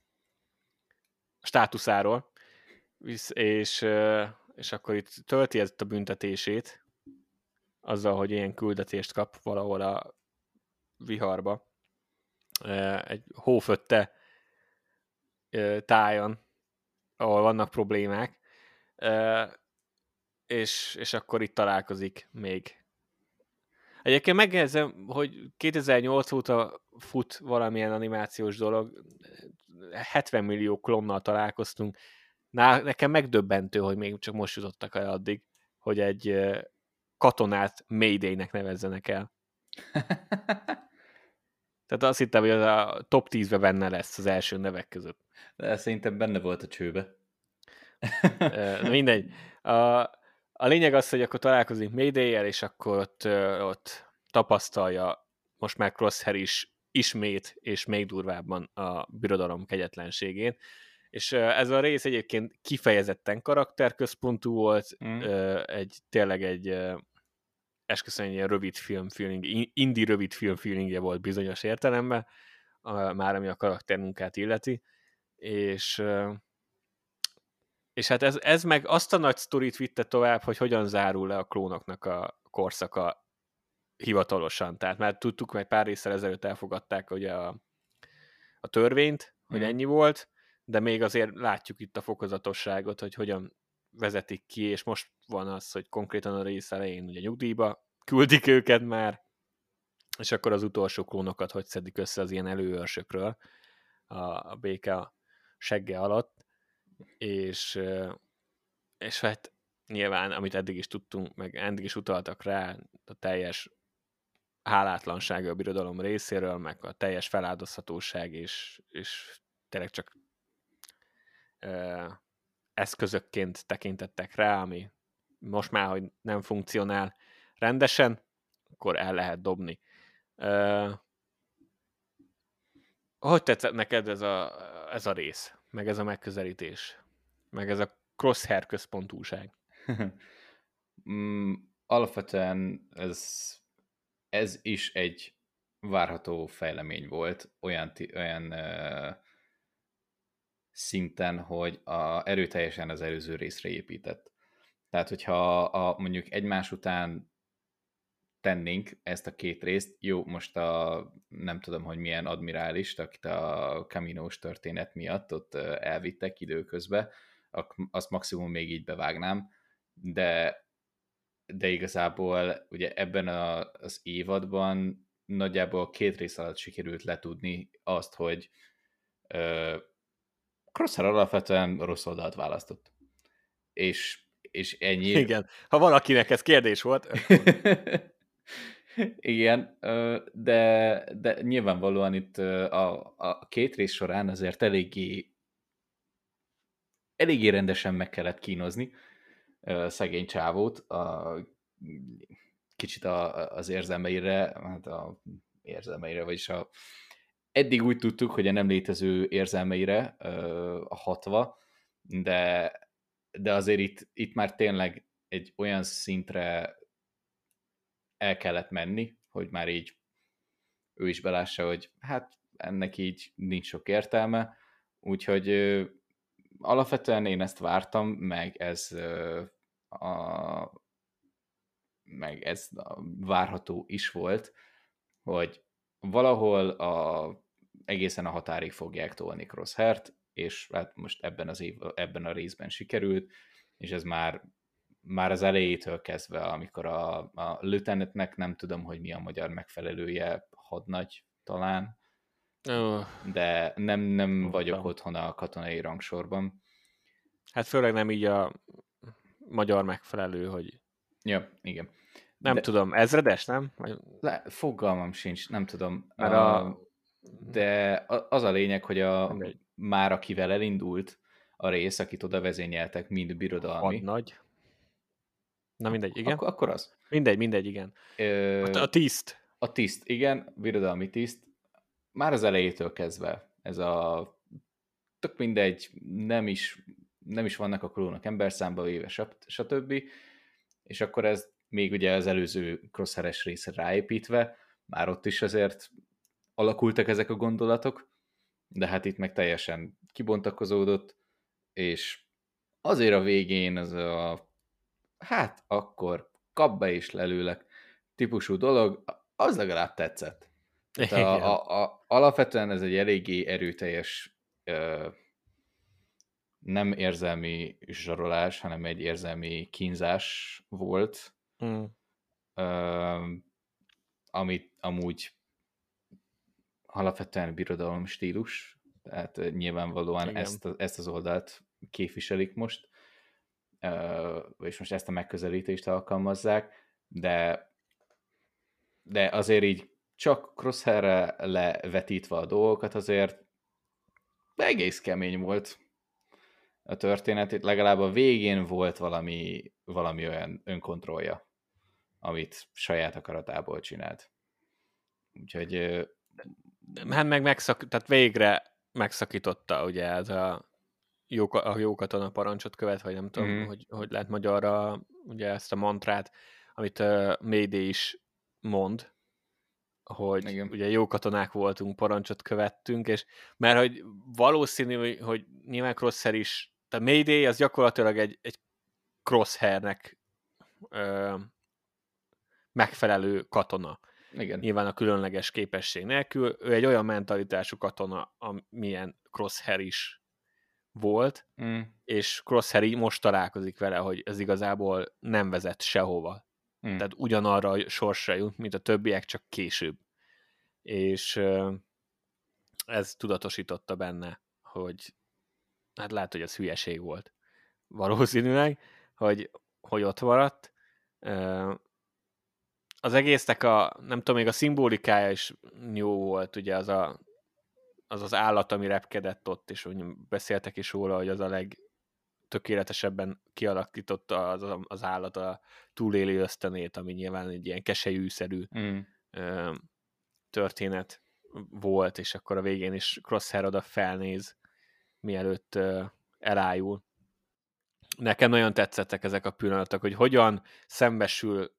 státuszáról, és, és akkor itt tölti ezt a büntetését azzal, hogy ilyen küldetést kap valahol a viharba, egy hófötte tájon, ahol vannak problémák, és, és akkor itt találkozik még. Egyébként megjegyzem, hogy kétezer-nyolc óta fut valamilyen animációs dolog, hetven millió klónnal találkoztunk. Ná, nekem megdöbbentő, hogy még csak most jutottak el addig, hogy egy katonát Mayday-nek nevezzenek el. Tehát azt hittem, hogy az a top tízbe benne lesz az első nevek között. De szerintem benne volt a csőbe. Mindegy. A, a lényeg az, hogy akkor találkozik Mayday-jel, és akkor ott, ott tapasztalja most már Crosshair is ismét, és még durvábban a birodalom kegyetlenségét. És ez a rész egyébként kifejezetten karakterközpontú volt, mm. egy, tényleg egy esküszöm, egy ilyen rövid film feeling, indie rövid film feelingje volt bizonyos értelemben, már ami a karaktermunkát illeti, és, és hát ez, ez meg azt a nagy sztorit vitte tovább, hogy hogyan zárul le a klónoknak a korszaka hivatalosan. Tehát már tudtuk, mert pár résszel ezelőtt elfogadták ugye a, a törvényt, hogy mm. ennyi volt, de még azért látjuk itt a fokozatosságot, hogy hogyan vezetik ki, és most van az, hogy konkrétan a rész elején ugye nyugdíjba küldik őket már, és akkor az utolsó klónokat hogy szedik össze az ilyen előőrsökről a, a béke segge alatt. és, és hát nyilván, amit eddig is tudtunk, meg eddig is utaltak rá, a teljes hálátlansága a birodalom részéről, meg a teljes feláldozhatóság, és, és tényleg csak ö, eszközökként tekintettek rá, ami most már, hogy nem funkcionál rendesen, akkor el lehet dobni. Ö, hogy tetszett neked ez a, ez a rész, meg ez a megközelítés, meg ez a crosshair központúság? mm, alapvetően ez, ez is egy várható fejlemény volt, olyan, olyan uh, szinten, hogy a, erőteljesen az előző részre épített. Tehát, hogyha a, mondjuk egymás után tennénk ezt a két részt, jó, most a nem tudom, hogy milyen admirálist, akit a Caminós történet miatt ott elvittek időközben, azt maximum még így bevágnám, de, de igazából ugye ebben a, az évadban nagyjából két rész alatt sikerült letudni azt, hogy uh, Crosshair alapvetően rossz oldalt választott. És, és ennyi. Igen, ha valakinek ez kérdés volt, akkor... Igen, de, de nyilvánvalóan itt a, a két rész során azért eléggé, eléggé rendesen meg kellett kínozni szegény csávót, a, kicsit a, az érzelmeire, hát a érzelmeire, vagyis a, eddig úgy tudtuk, hogy a nem létező érzelmeire a hatva, de, de azért itt, itt már tényleg egy olyan szintre el kellett menni, hogy már így ő is belássa, hogy hát ennek így nincs sok értelme, úgyhogy ö, alapvetően én ezt vártam, meg ez ö, a, meg ez a várható is volt, hogy valahol a, egészen a határig fogják tolni Crosshairt, és hát most ebben, az év, ebben a részben sikerült, és ez már már az elejétől kezdve, amikor a, a lieutenantnek nem tudom, hogy mi a magyar megfelelője, hadnagy talán, Oh, de nem, nem oh, vagyok nem. otthon a katonai rangsorban. Hát főleg nem így a magyar megfelelő, hogy... Ja, igen. Nem de, tudom, ezredes, nem? Le, fogalmam sincs, nem tudom. Mert a... Uh, de az a lényeg, hogy a, már akivel elindult a rész, akit oda vezényeltek, mind birodalmi. Hadnagy. Na mindegy, igen. Ak- akkor az. Mindegy, mindegy, igen. Ö... A, a tiszt. A tiszt, igen, birodalmi tiszt. Már az elejétől kezdve ez a tök mindegy, nem is, nem is vannak a klónok emberszámba véve, stb. És akkor ez még ugye az előző Crosshair-es részre ráépítve, már ott is azért alakultak ezek a gondolatok, de hát itt meg teljesen kibontakozódott, és azért a végén az a hát akkor kap be is lelőlek típusú dolog, az legalább tetszett. Tehát a, a, a, alapvetően ez egy eléggé erőteljes ö, nem érzelmi zsarolás, hanem egy érzelmi kínzás volt, mm. ö, amit amúgy alapvetően birodalom stílus, tehát nyilvánvalóan ezt, ezt az oldalt képviselik most, és most ezt a megközelítést alkalmazzák, de, de azért így csak Crosshair-re levetítve a dolgokat azért egész kemény volt a történet. Itt legalább a végén volt valami, valami olyan önkontrollja, amit saját akaratából csinált. Úgyhogy... Hát meg megszak, tehát végre megszakította, ugye ez a jó, a jó katona parancsot követ, vagy nem tudom, mm. hogy, hogy lehet magyarra ugye ezt a mantrát, amit uh, Mayday is mond, hogy igen. Ugye jó katonák voltunk, parancsot követtünk, és mert hogy valószínű, hogy nyilván Crosshair is, tehát Mayday az gyakorlatilag egy, egy Crosshairnek uh, megfelelő katona. Igen. Nyilván a különleges képesség nélkül. Ő egy olyan mentalitású katona, amilyen Crosshair is volt, mm. és Crosshair most találkozik vele, hogy ez igazából nem vezet sehova. Mm. Tehát ugyanarra a sorsra jut, mint a többiek, csak később. És ez tudatosította benne, hogy hát lehet, hogy az hülyeség volt valószínűleg, hogy, hogy ott maradt. Az egésznek a, nem tudom, még a szimbolikája is jó volt, ugye az a, az, az állat, ami repkedett ott, és úgy beszéltek is róla, hogy az a legtökéletesebben kialakította az, az állat a túlélő ösztönét, ami nyilván egy ilyen keselyűszerű mm. történet volt, és akkor a végén is Crosshair oda felnéz, mielőtt elájul. Nekem nagyon tetszettek ezek a pillanatok, hogy hogyan szembesül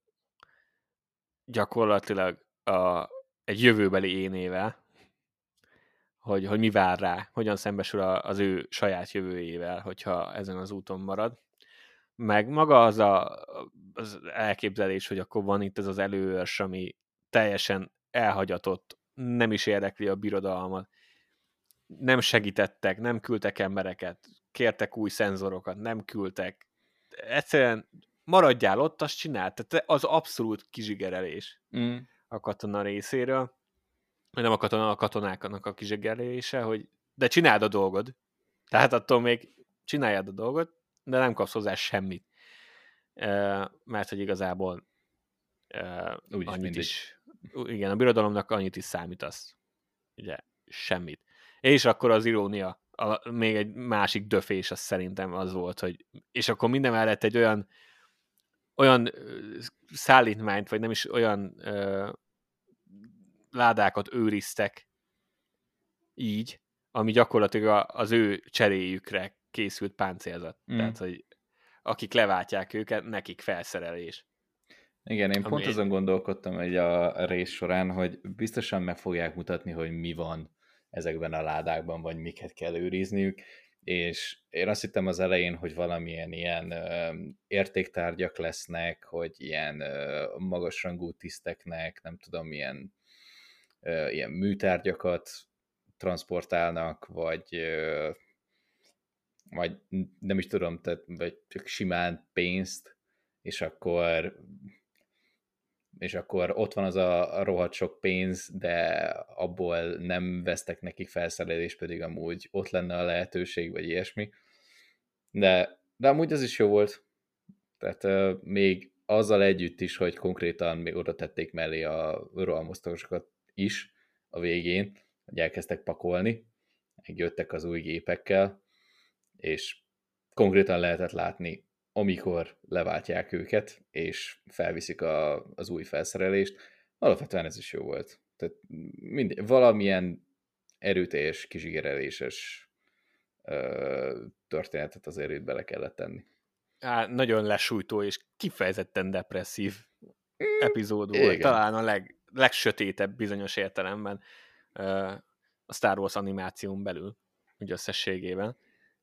gyakorlatilag a, egy jövőbeli énével, hogy, hogy mi vár rá, hogyan szembesül a, az ő saját jövőjével, hogyha ezen az úton marad. Meg maga az a, az elképzelés, hogy akkor van itt ez az előőrs, ami teljesen elhagyatott, nem is érdekli a birodalmat, nem segítettek, nem küldtek embereket, kértek új szenzorokat, nem küldtek. Egyszerűen maradjál ott, azt csináld. Tehát az abszolút kizsigerelés mm. a katona részéről. Nem a, katona, a katonáknak a kizsigerelése, hogy de csináld a dolgod. Tehát attól még csináljad a dolgot, de nem kapsz hozzá semmit. Mert hogy igazából Úgy annyit mindig. is... Igen, a birodalomnak annyit is számítasz. Ugye, semmit. És akkor az irónia, a, még egy másik döfés, az szerintem az volt, hogy és akkor minden mellett egy olyan olyan szállítmányt, vagy nem is olyan ö, ládákat őriztek így, ami gyakorlatilag az ő cseréjükre készült páncélzat. Mm. Tehát, hogy akik leváltják őket, nekik felszerelés. Igen, én pont azon gondolkodtam egy a rész során, hogy biztosan meg fogják mutatni, hogy mi van ezekben a ládákban, vagy miket kell őrizniük, és én azt hittem az elején, hogy valamilyen ilyen ö, értéktárgyak lesznek, hogy ilyen ö, magasrangú tiszteknek, nem tudom, ilyen, ö, ilyen műtárgyakat transportálnak, vagy, ö, vagy nem is tudom, tehát, vagy csak simán pénzt, és akkor és akkor ott van az a, a rohadt sok pénz, de abból nem vesztek nekik felszerelést, pedig amúgy ott lenne a lehetőség, vagy ilyesmi. De, de amúgy az is jó volt. Tehát uh, még azzal együtt is, hogy konkrétan még oda tették mellé a rohamosztosokat is a végén, hogy elkezdtek pakolni, megjöttek az új gépekkel, és konkrétan lehetett látni, amikor leváltják őket, és felviszik a, az új felszerelést. Alapvetően ez is jó volt. Tehát mind, valamilyen erőteljes, kizsigereléses ö, történetet azért itt bele kellett tenni. Á, nagyon lesújtó és kifejezetten depresszív epizód volt. Igen. Talán a leg, legsötétebb bizonyos értelemben a Star Wars animáción belül, úgy összességében.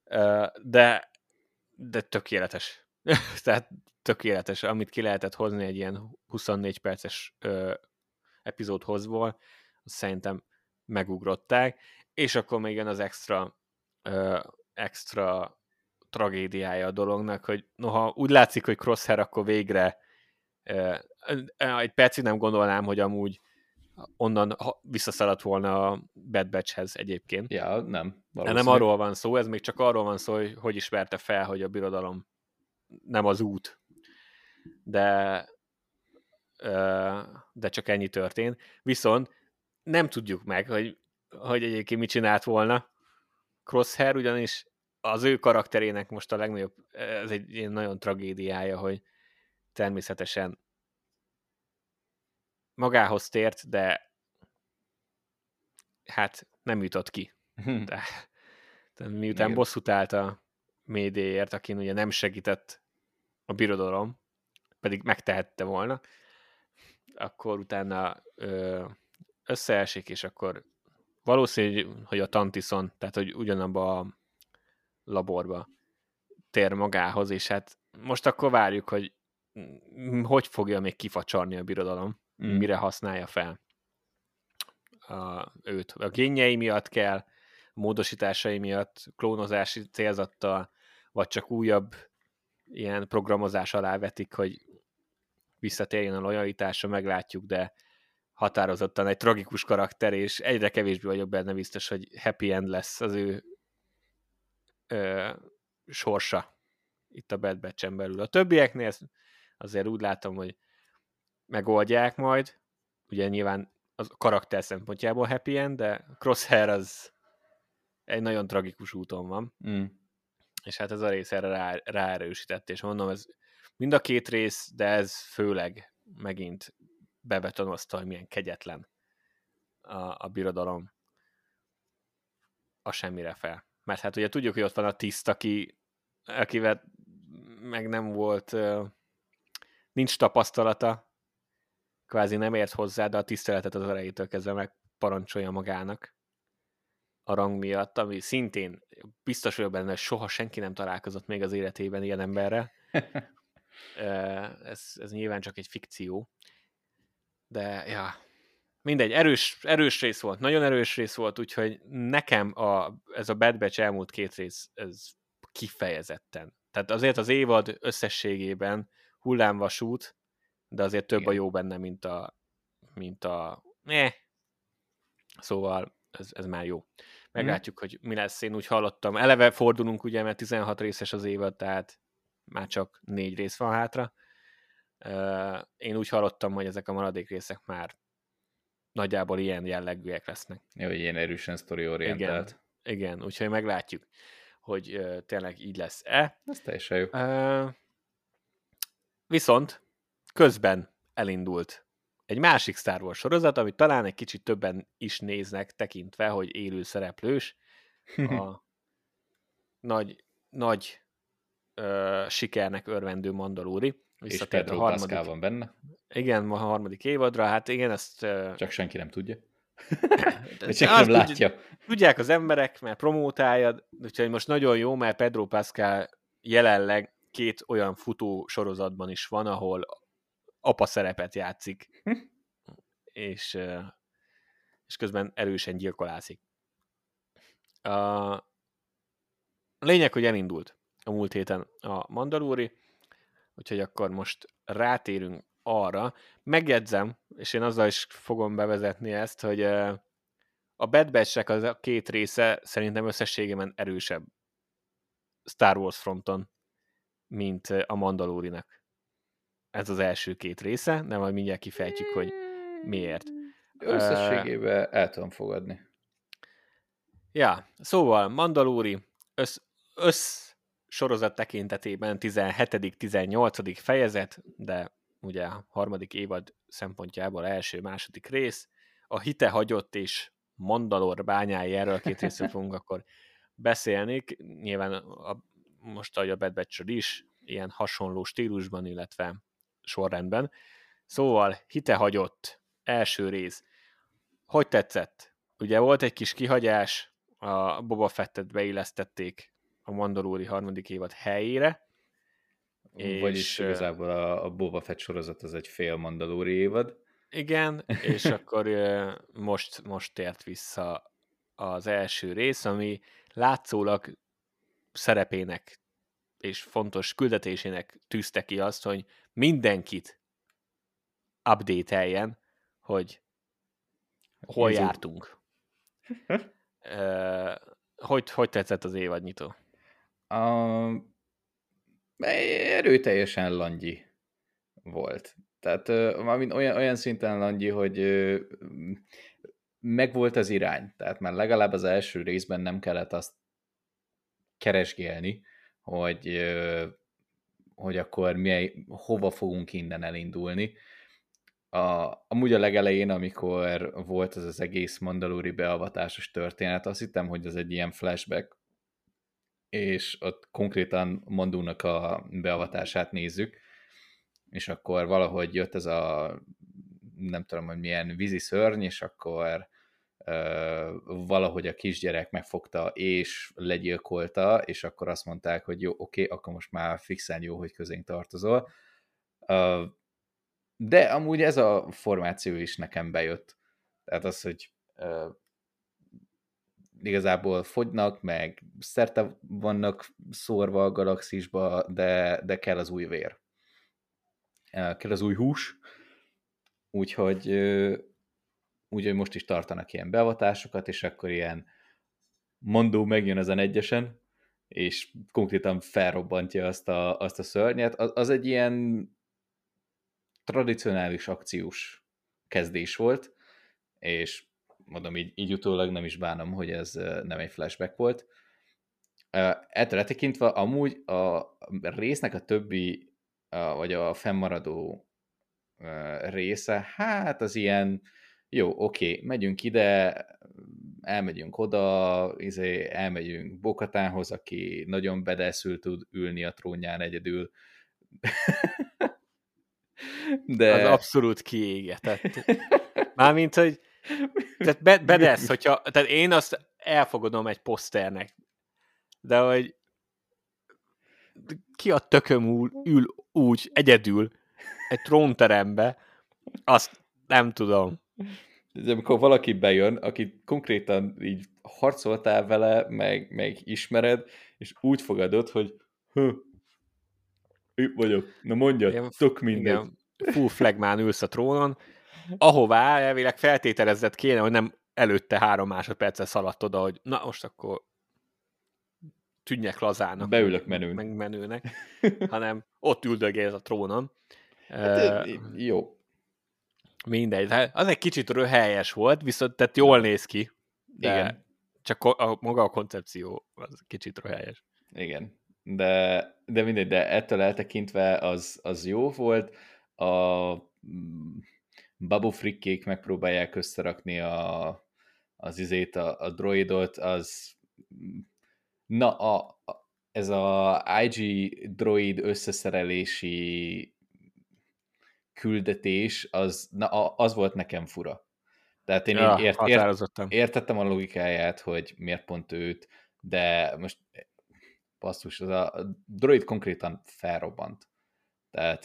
De, de tökéletes. Tehát tökéletes, amit ki lehetett hozni egy ilyen huszonnégy perces ö, epizódhozból, azt szerintem megugrották, és akkor még jön az extra ö, extra tragédiája a dolognak, hogy noha úgy látszik, hogy Crosshair akkor végre ö, egy percig nem gondolnám, hogy amúgy onnan visszaszaladt volna a Bad Batchhez egyébként. Ja, nem. Nem arról van szó, ez még csak arról van szó, hogy hogy ismerte fel, hogy a birodalom nem az út. De, de csak ennyi történt. Viszont nem tudjuk meg, hogy, hogy egyébként mit csinált volna Crosshair, ugyanis az ő karakterének most a legnagyobb, ez egy ilyen nagyon tragédiája, hogy természetesen magához tért, de hát nem jutott ki. De, de miután igen. bosszút állt a Médéért, akin ugye nem segített a birodalom, pedig megtehette volna, akkor utána ö, összeesik, és akkor valószínű, hogy a Tantison, tehát hogy ugyanabba a laborba tér magához, és hát most akkor várjuk, hogy hogy fogja még kifacsarni a birodalom, mm. mire használja fel a, őt. A génjei miatt kell, a módosításai miatt, klónozási célzattal, vagy csak újabb ilyen programozás alá vetik, hogy visszatérjen a lojalitása, meglátjuk, de határozottan egy tragikus karakter, és egyre kevésbé vagyok benne biztos, hogy happy end lesz az ő ö, sorsa itt a Bad Batch-en belül. A többieknél azért úgy látom, hogy megoldják majd. Ugye nyilván a karakter szempontjából happy end, de Crosshair az egy nagyon tragikus úton van. Mm. És hát ez a rész erre rá, ráerősített, és mondom, ez mind a két rész, de ez főleg megint bebetonozta, hogy milyen kegyetlen a, a birodalom a semmire fel. Mert hát ugye tudjuk, hogy ott van a tiszt, aki, akivel meg nem volt, nincs tapasztalata, kvázi nem ért hozzá, de a tiszteletet az elejétől kezdve megparancsolja magának a rang miatt, ami szintén biztos vagyok benne, hogy soha senki nem találkozott még az életében ilyen emberrel. ez, ez nyilván csak egy fikció. De, ja, mindegy, erős, erős rész volt, nagyon erős rész volt, úgyhogy nekem a, ez a Bad Batch elmúlt két rész, ez kifejezetten. Tehát azért az évad összességében hullámvasút, de azért több Igen. a jó benne, mint a mint a eh. Szóval ez, ez már jó. Meglátjuk, hmm. hogy mi lesz. Én úgy hallottam. Eleve fordulunk, ugye, mert tizenhat részes az évad, tehát már csak négy rész van hátra. Uh, én úgy hallottam, hogy ezek a maradék részek már nagyjából ilyen jellegűek lesznek. Jó, hogy ilyen erősen sztoriorientált. Igen, igen, úgyhogy meglátjuk, hogy uh, tényleg így lesz-e. Ez teljesen jó. Uh, viszont közben elindult egy másik Star Wars sorozat, amit talán egy kicsit többen is néznek, tekintve, hogy élő szereplős. A nagy, nagy uh, sikernek örvendő Mandalori. És Pedro a harmadik... Pascal van benne. Igen, a harmadik évadra, hát igen, ezt... Uh... Csak senki nem tudja. De senki nem látja. Tudják az emberek, mert promótáljad, úgyhogy most nagyon jó, mert Pedro Pascal jelenleg két olyan futó sorozatban is van, ahol apa szerepet játszik, hm? és, és közben erősen gyilkolászik. A lényeg, hogy elindult a múlt héten a Mandalori, úgyhogy akkor most rátérünk arra. Megjegyzem, és én azzal is fogom bevezetni ezt, hogy a Bad Batch-nek az a két része szerintem összességében erősebb Star Wars fronton, mint a Mandalorinak. Ez az első két része, de majd mindjárt kifejtjük, hogy miért. Összességében uh, el tudom fogadni. Ja, szóval Mandalori össz, össz sorozat tekintetében tizenhetedik tizennyolcadik fejezet, de ugye a harmadik évad szempontjából első-második rész, a hite hagyott és Mandalor bányái, erről a két részről fogunk akkor beszélni. Nyilván a, most ahogy a Bad Batch-ről is, ilyen hasonló stílusban, illetve sorrendben. Szóval hite hagyott, első rész. Hogy tetszett? Ugye volt egy kis kihagyás, a Boba Fettet beillesztették a Mandalori harmadik évad helyére. Vagyis és, igazából a, a Boba Fett sorozat az egy fél Mandalori évad. Igen, és akkor most, most tért vissza az első rész, ami látszólag szerepének és fontos küldetésének tűzte ki azt, hogy mindenkit update-eljen, hogy hol Jézus. jártunk. uh, hogy, hogy tetszett az évadnyitó? Uh, erőteljesen langyi volt. Tehát uh, olyan, olyan szinten langyi, hogy uh, megvolt az irány. Tehát már legalább az első részben nem kellett azt keresgélni, hogy, uh, hogy akkor mi, hova fogunk innen elindulni. A, amúgy a legelején, amikor volt ez az egész Mandalori beavatásos történet, azt hittem, hogy ez egy ilyen flashback, és ott konkrétan Mandónak a beavatását nézzük, és akkor valahogy jött ez a nem tudom, hogy milyen vízi szörny, és akkor uh, valahogy a kisgyerek megfogta és legyilkolta, és akkor azt mondták, hogy jó, oké, akkor most már fixen jó, hogy közénk tartozol. Uh, De amúgy ez a formáció is nekem bejött. Tehát az, hogy uh, igazából fogynak, meg szerte vannak szórva a galaxisba, de, de kell az új vér. Uh, kell az új hús. Úgyhogy, uh, úgyhogy most is tartanak ilyen beavatásokat, és akkor ilyen Mandó megjön ezen egyesen, és konkrétan felrobbantja azt a, azt a szörnyet. Az, az egy ilyen tradicionális akciós kezdés volt, és mondom, így, így utólag nem is bánom, hogy ez nem egy flashback volt. Ettől letekintve amúgy a résznek a többi, vagy a fennmaradó része, hát az ilyen, jó, oké, okay, megyünk ide, elmegyünk oda, izé, elmegyünk Bokatánhoz, aki nagyon bedeszül tud ülni a trónján egyedül. De... Az abszolút kiégetett. Mármint, hogy tehát be, bedesz, hogyha, tehát én azt elfogadom egy poszternek, de hogy ki a tököm ül, ül úgy egyedül egy trónterembe, azt nem tudom. De amikor valaki bejön, aki konkrétan így harcoltál vele, meg, meg ismered, és úgy fogadod, hogy hő, itt vagyok, na mondjad, igen, tök mindegy. Igen, full flagmán ülsz a trónon, ahová elvileg feltételezett kéne, hogy nem előtte három másodperccel szaladt oda, hogy na most akkor tűnjek lazának. Beülök menőn. Meg menőnek, hanem ott üldögél a trónon. Hát, uh, jó. Mindegy. Az egy kicsit röhelyes volt, viszont tehát jól néz ki. De igen. Csak a, maga a koncepció az kicsit röhelyes. Igen. De, de mindegy, de ettől eltekintve az, az jó volt. A Babu Frikkék megpróbálják összerakni a, az izét, a, a droidot, az na, a, a, ez a i gé droid összeszerelési küldetés, az, na, az volt nekem fura. Tehát én ja, ért, ért, értettem a logikáját, hogy miért pont őt, de most basszus, az a droid konkrétan felrobbant. Tehát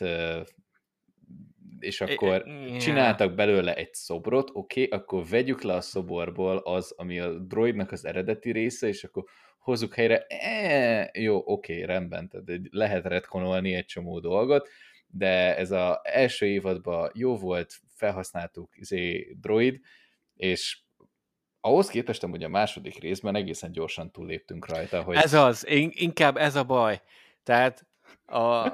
és akkor yeah. csináltak belőle egy szobrot, oké, okay, akkor vegyük le a szoborból az, ami a droidnak az eredeti része, és akkor hozzuk helyre, eee, jó, oké, okay, rendben, tehát lehet retkonolni egy csomó dolgot, de ez az első évadban jó volt, felhasználtuk izé droid, és ahhoz képest, hogy a második részben egészen gyorsan túlléptünk rajta. Hogy... Ez az, inkább ez a baj. Tehát a...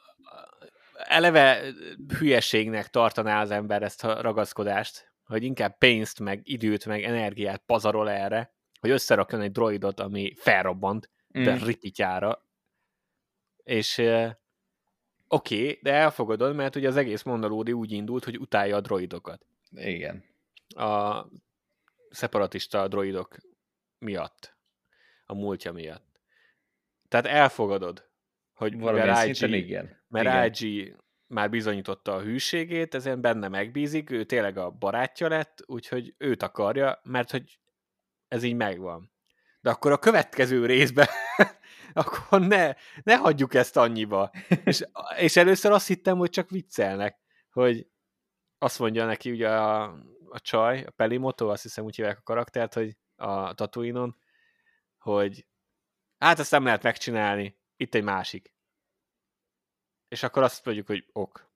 eleve hülyeségnek tartaná az ember ezt a ragaszkodást, hogy inkább pénzt, meg időt, meg energiát pazarol erre, hogy összerakjon egy droidot, ami felrobbant, de mm. ripityára. És uh, oké, okay, de elfogadod, mert ugye az egész Mandalori úgy indult, hogy utálja a droidokat. Igen. A szeparatista droidok miatt. A múltja miatt. Tehát elfogadod, hogy valamilyen szinten igen. Mert i gé már bizonyította a hűségét, ezen benne megbízik, ő tényleg a barátja lett, úgyhogy őt akarja, mert hogy ez így megvan. De akkor a következő részben akkor ne, ne hagyjuk ezt annyiba. és, és először azt hittem, hogy csak viccelnek, hogy azt mondja neki ugye a, a csaj, a Pelimoto, azt hiszem úgy hívják a karaktert, hogy a Tatooine-on, hogy hát ezt nem lehet megcsinálni, itt egy másik. És akkor azt mondjuk, hogy ok.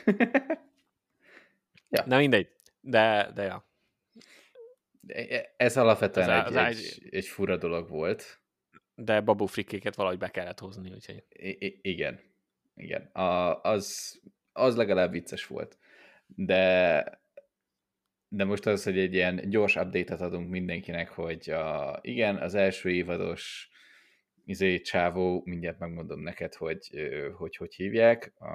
ja. Na mindegy, de, de ja. Ez alapvetően az egy, az egy, egy fura dolog volt. De Babu Frikkéket valahogy be kellett hozni, úgyhogy... I- igen, igen. A, az, az legalább vicces volt. De, de most az, hogy egy ilyen gyors update-et adunk mindenkinek, hogy a, igen, az első évados izé csávó, mindjárt megmondom neked, hogy hogy, hogy hívják, a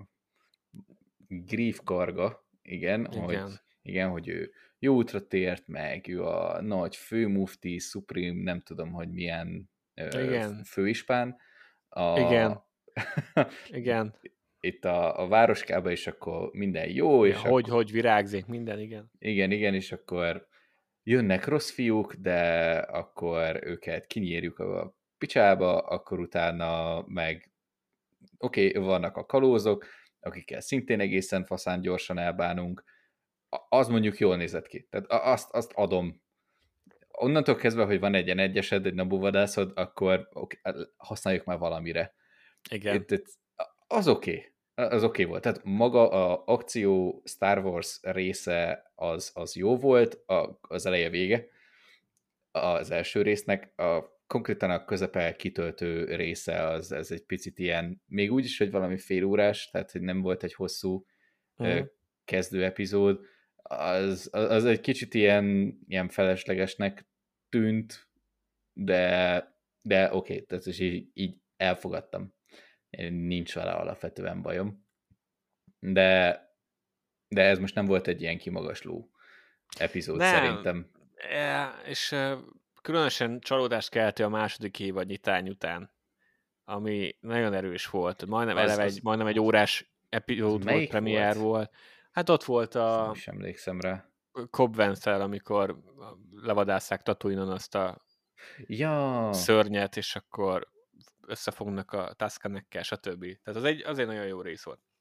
Grief Karga, igen, igen. Hogy, igen, hogy ő jó útra tért meg, ő a nagy főmufti, Supreme, nem tudom, hogy milyen igen. főispán. A, igen. igen. Itt a, a városkában is akkor minden jó. Ja, és hogy, akkor, hogy virágzik minden, igen. Igen, igen, és akkor jönnek rossz fiúk, de akkor őket kinyírjuk a picsába, akkor utána meg oké, okay, vannak a kalózok, akikkel szintén egészen faszán gyorsan elbánunk, az mondjuk jól nézett ki. Tehát azt, azt adom. Onnantól kezdve, hogy van egy ilyen egyesed, egy nabuvadászod, akkor okay, használjuk már valamire. Igen. It, it, az oké. Okay. Az oké okay volt. Tehát maga a akció Star Wars része az, az jó volt, a, az eleje vége az első résznek, a konkrétan a közepe kitöltő része az ez egy picit ilyen, még úgy is, hogy valami fél órás, tehát hogy nem volt egy hosszú Mm. kezdő epizód, az, az egy kicsit ilyen, ilyen feleslegesnek tűnt, de, de oké, okay, tehát is így, így elfogadtam. Nincs vele alapvetően bajom. De, de ez most nem volt egy ilyen kimagasló epizód nem. Szerintem. És különösen csalódást keltő a második évad nyitány után, ami nagyon erős volt. Majdnem az, eleve az, egy, majdnem egy órás epizód volt, premier volt? volt. Hát ott volt a... Nem is emlékszem rá. Cobb Vance-el, amikor levadásszák Tatooine-on azt a ja. szörnyet, és akkor összefognak a Tuskenekkel, stb. Tehát az egy, az egy nagyon jó rész volt.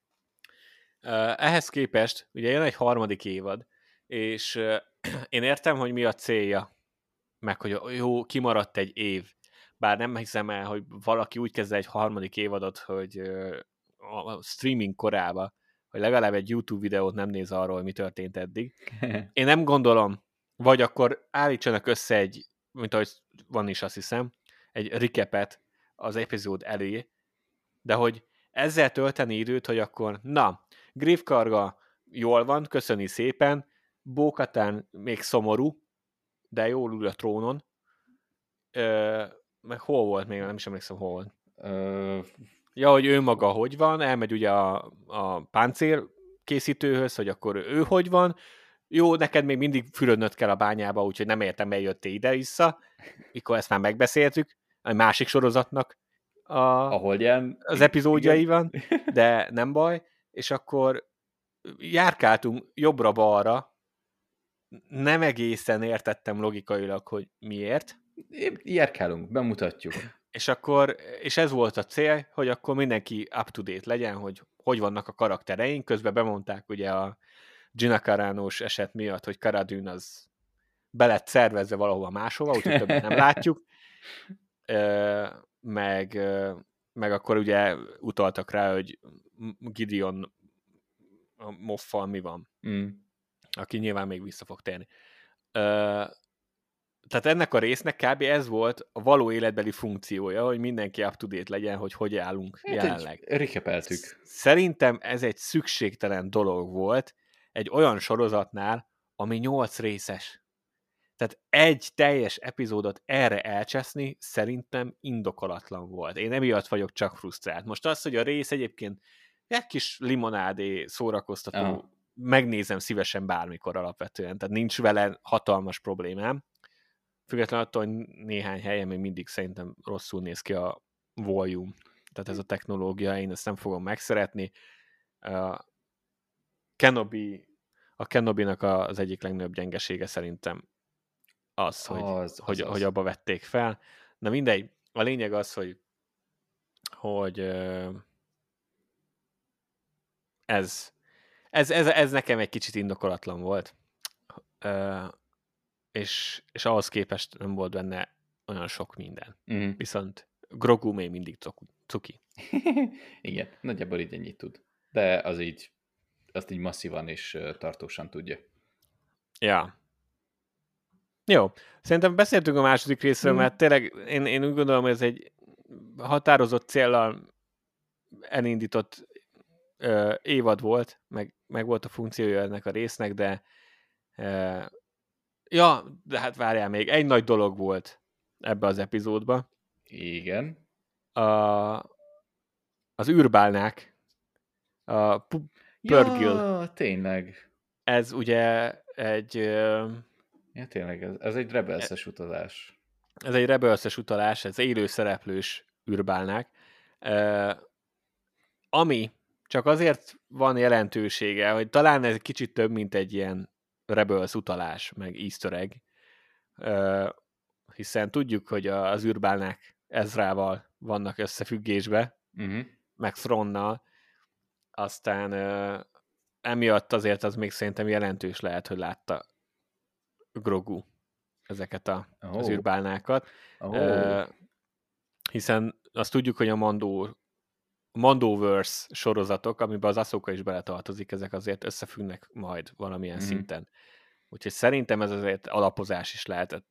Ehhez képest, ugye jön egy harmadik évad, és én értem, hogy mi a célja, meg hogy jó, kimaradt egy év, bár nem hiszem el, hogy valaki úgy kezd egy harmadik évadot, hogy a streaming korába, hogy legalább egy YouTube videót nem néz arról, hogy mi történt eddig. Én nem gondolom, vagy akkor állítsanak össze egy, mint ahogy van is, azt hiszem, egy recapet az epizód elé, de hogy ezzel tölteni időt, hogy akkor na, Griff Karga jól van, köszöni szépen, Bo-Katan még szomorú, de jól ül a trónon. Ö, meg hol volt még, nem is emlékszem, hol volt. Ö... Ja, hogy ő maga hogy van, elmegy ugye a, a páncél készítőhöz, hogy akkor ő hogy van. Jó, neked még mindig fürödnöd kell a bányába, úgyhogy nem értem, mely jöttél ide-vissza. Mikor ezt már megbeszéltük, a másik sorozatnak a, ahol ilyen, az epizódjai van, de nem baj. És akkor járkáltunk jobbra-balra, nem egészen értettem logikailag, hogy miért. Járkálunk, bemutatjuk. És akkor, és ez volt a cél, hogy akkor mindenki up-to-date legyen, hogy hogy vannak a karaktereink, közben bemondták ugye a Gina Carano-s eset miatt, hogy Cara Dune az be lett szervezve valahova máshova, úgyhogy többet nem látjuk. Meg, meg akkor ugye utaltak rá, hogy Gideon a Moffal mi van, mm. aki nyilván még vissza fog térni. Tehát ennek a résznek kb. Ez volt a való életbeli funkciója, hogy mindenki up-to-date legyen, hogy hogy állunk hát jelenleg. Rekepeltük. Szerintem ez egy szükségtelen dolog volt egy olyan sorozatnál, ami nyolc részes. Tehát egy teljes epizódot erre elcseszni szerintem indokolatlan volt. Én emiatt vagyok csak frusztrált. Most az, hogy a rész egyébként egy kis limonádé szórakoztató, oh. megnézem szívesen bármikor alapvetően, tehát nincs vele hatalmas problémám. Függetlenül attól, hogy néhány helyen még mindig szerintem rosszul néz ki a volume. Tehát ez a technológia, én ezt nem fogom megszeretni. A Kenobi, a Kenobinak az egyik legnagyobb gyengesége szerintem az, hogy, az, az, hogy, az. hogy abba vették fel. Na mindegy, a lényeg az, hogy, hogy ez, ez, ez, ez nekem egy kicsit indokolatlan volt. És, és ahhoz képest nem volt benne olyan sok minden. Mm. Viszont Grogu még mindig cuki. Igen, nagyjából így ennyit tud. De az így, azt így masszívan és tartósan tudja. Ja. Jó. Szerintem beszéltünk a második részről, mm. mert tényleg én, én úgy gondolom, hogy ez egy határozott céllal elindított ö, évad volt, meg, meg volt a funkciója ennek a résznek, de ö, ja, de hát várjál még, egy nagy dolog volt ebbe az epizódba. Igen. A, az űrbálnák, a Purgil. Ja, tényleg. Ez ugye egy... Ja, tényleg, ez, ez egy rebelszes utazás. Ez egy rebelszes utalás, ez élő szereplős űrbálnák. Ami csak azért van jelentősége, hogy talán ez kicsit több, mint egy ilyen Rebels utalás, meg easter egg, uh, hiszen tudjuk, hogy az űrbálnák Ezrával vannak összefüggésbe, uh-huh. meg Thronnal, aztán uh, emiatt azért az még szerintem jelentős lehet, hogy látta Grogu ezeket a, oh. az űrbálnákat, oh. uh, hiszen azt tudjuk, hogy a Mandó Mandoverse sorozatok, amiben az Ahsoka is beletartozik, ezek azért összefüggnek majd valamilyen mm. szinten. Úgyhogy szerintem ez azért alapozás is lehetett.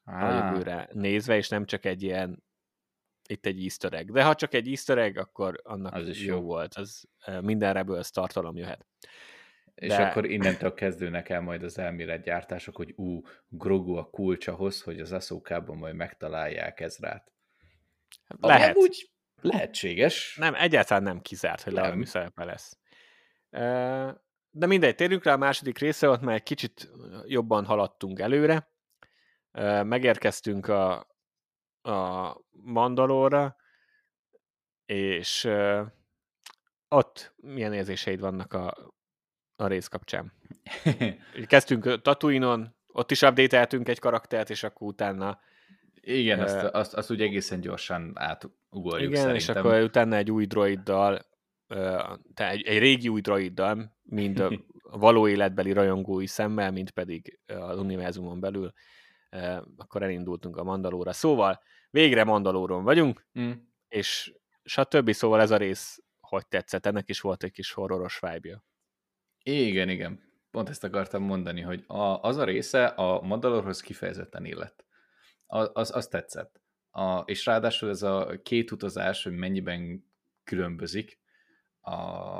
a jövőre nézve, és nem csak egy ilyen itt egy easter egg. De ha csak egy easter egg, akkor annak Az is jó, jó volt. Az minden Rebels tartalom jöhet. És De... akkor innentől kezdődnek el majd az elméletgyártások, hogy ú, Grogu a kulcs ahhoz, hogy az Ahsoka-ban majd megtalálják Ezrát. Ami Lehet. amúgy lehetséges. Nem, egyáltalán nem kizárt, hogy valami szerepe lesz. De mindegy, térjünk rá a második része, ott már egy kicsit jobban haladtunk előre. Megérkeztünk a, a Mandalorra, és ott milyen érzéseid vannak a, a rész kapcsán? Kezdtünk Tatooine-on, ott is update-eltünk egy karaktert, és akkor utána... Igen, uh, azt, azt, azt úgy egészen gyorsan átugorjuk igen, szerintem. És akkor utána egy új droiddal, uh, tehát egy, egy régi új droiddal, mind a való életbeli rajongói szemmel, mint pedig az univerzumon belül, uh, akkor elindultunk a Mandalóra. Szóval végre Mandalóron vagyunk, mm. és stb. Szóval ez a rész hogy tetszett? Ennek is volt egy kis horroros vibe-ja. Igen, igen. Pont ezt akartam mondani, hogy a, az a része a Mandalorhoz kifejezetten illett. Az, az tetszett. A, és ráadásul ez a két utazás, hogy mennyiben különbözik. A,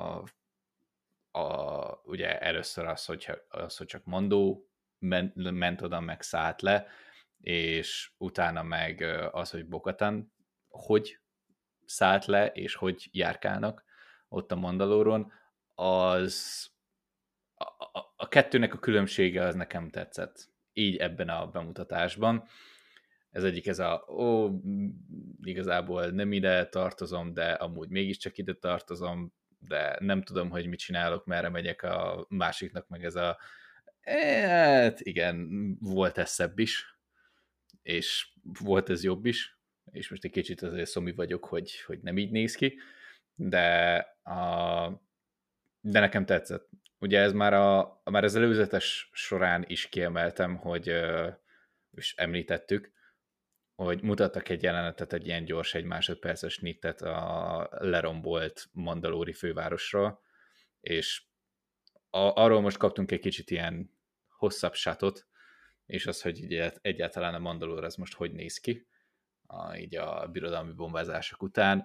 a, ugye először az, hogy, az, hogy csak Mandó ment, ment oda, meg szállt le, és utána meg az, hogy Bo-Katan hogy szállt le, és hogy járkálnak ott a Mandalóron, az a, a, a kettőnek a különbsége az nekem tetszett. Így ebben a bemutatásban. Ez egyik ez a, ó, igazából nem ide tartozom, de amúgy mégiscsak ide tartozom, de nem tudom, hogy mit csinálok, merre megyek, a másiknak meg ez a, hát igen, volt ez szebb is, és volt ez jobb is, és most egy kicsit azért szomi vagyok, hogy, hogy nem így néz ki, de, a, de nekem tetszett. Ugye ez már, a, már az előzetes során is kiemeltem, hogy és említettük, hogy mutattak egy jelenetet, egy ilyen gyors, egy másodperces snittet a lerombolt mandalóri fővárosról, és a, arról most kaptunk egy kicsit ilyen hosszabb shotot, és az, hogy így egyáltalán a Mandalór az most hogy néz ki, a, így a birodalmi bombázások után.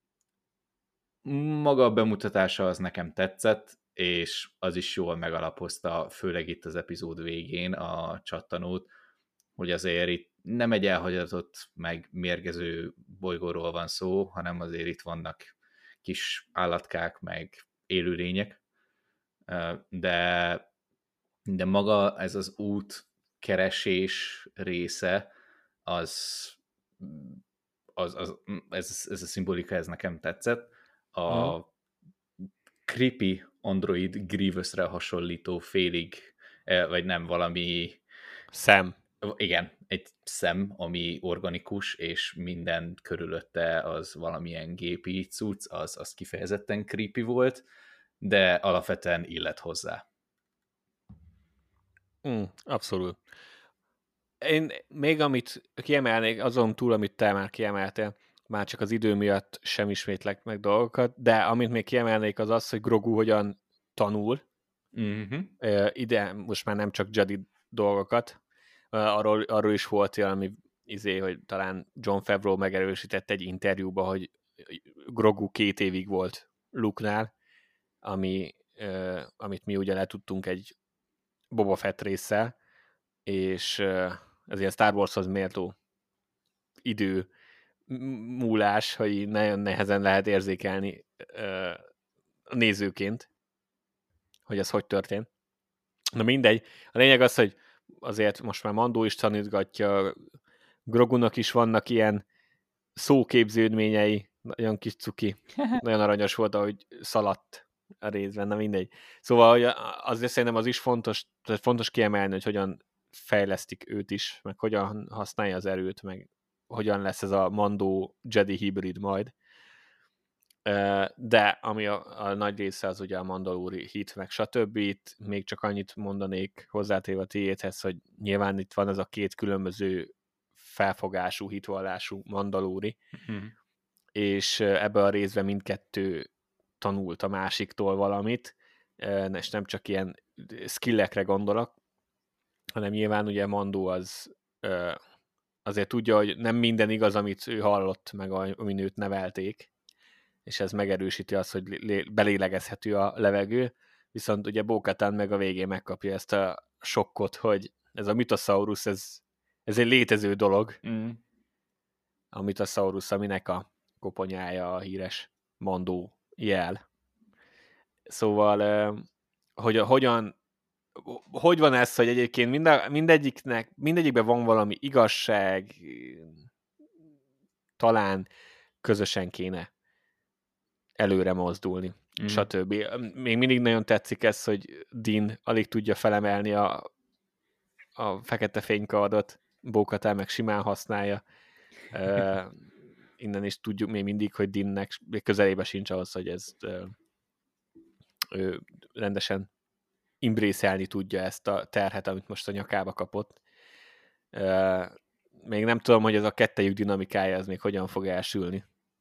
Maga a bemutatása az nekem tetszett, és az is jól megalapozta, főleg itt az epizód végén a csattanót, hogy azért itt nem egy elhagyatott, meg mérgező bolygóról van szó, hanem azért itt vannak kis állatkák, meg élőlények, de, de maga ez az út keresés része, az, az, az ez, ez a szimbolika, ez nekem tetszett. A mm. creepy android Grievousre hasonlító félig, vagy nem, valami szem. Igen, egy szem, ami organikus, és minden körülötte az valamilyen gépi cucc, az, az kifejezetten creepy volt, de alapvetően illet hozzá. Mm, abszolút. Én még amit kiemelnék, azon túl, amit te már kiemeltél, már csak az idő miatt sem ismétlek meg dolgokat, de amit még kiemelnék az az, hogy Grogu hogyan tanul. Mm-hmm. Ide most már nem csak Jedi dolgokat, arról, arról is volt valami izé, hogy talán Jon Favreau megerősített egy interjúba, hogy Grogu két évig volt Luke-nál, ami, amit mi ugye letudtunk egy Boba Fett résszel, és ez ilyen Star Warshoz méltó idő múlás, hogy nagyon nehezen lehet érzékelni nézőként, hogy ez hogy történt. Na mindegy. A lényeg az, hogy azért most már Mandó is tanítgatja, Grogunak is vannak ilyen szóképződményei, nagyon kis cuki, nagyon aranyos volt, ahogy szaladt a részben, na mindegy. Szóval azért szerintem az is fontos, fontos kiemelni, hogy hogyan fejlesztik őt is, meg hogyan használja az erőt, meg hogyan lesz ez a Mandó Jedi hibrid majd. De ami a, a nagy része az ugye a mandalóri hit, meg stb. Itt még csak annyit mondanék hozzátéve a tiédhez, hogy nyilván itt van ez a két különböző felfogású, hitvallású mandalóri, mm-hmm. és ebbe a részben mindkettő tanult a másiktól valamit, és nem csak ilyen skillekre gondolok, hanem nyilván ugye Mandó az azért tudja, hogy nem minden igaz, amit ő hallott, meg amin őt nevelték, és ez megerősíti azt, hogy belélegezhető a levegő, viszont ugye Bo-Katan meg a végén megkapja ezt a sokkot, hogy ez a Mythosaurus, ez, ez egy létező dolog. Mm. A Mythosaurus, aminek a koponyája a híres Mandó jel. Szóval, hogy hogyan, hogy van ez, hogy egyébként mind, mindegyiknek, mindegyikben van valami igazság, talán közösen kéne előre mozdulni, mm. stb. Még mindig nagyon tetszik ez, hogy Din alig tudja felemelni a, a fekete fénykardot, Bo-Katan meg simán használja. Uh, innen is tudjuk még mindig, hogy Dinnek közelébe sincs ahhoz, hogy ezt uh, ő rendesen imbrészelni tudja ezt a terhet, amit most a nyakába kapott. Uh, még nem tudom, hogy ez a kettejük dinamikája ez még hogyan fog elsülni.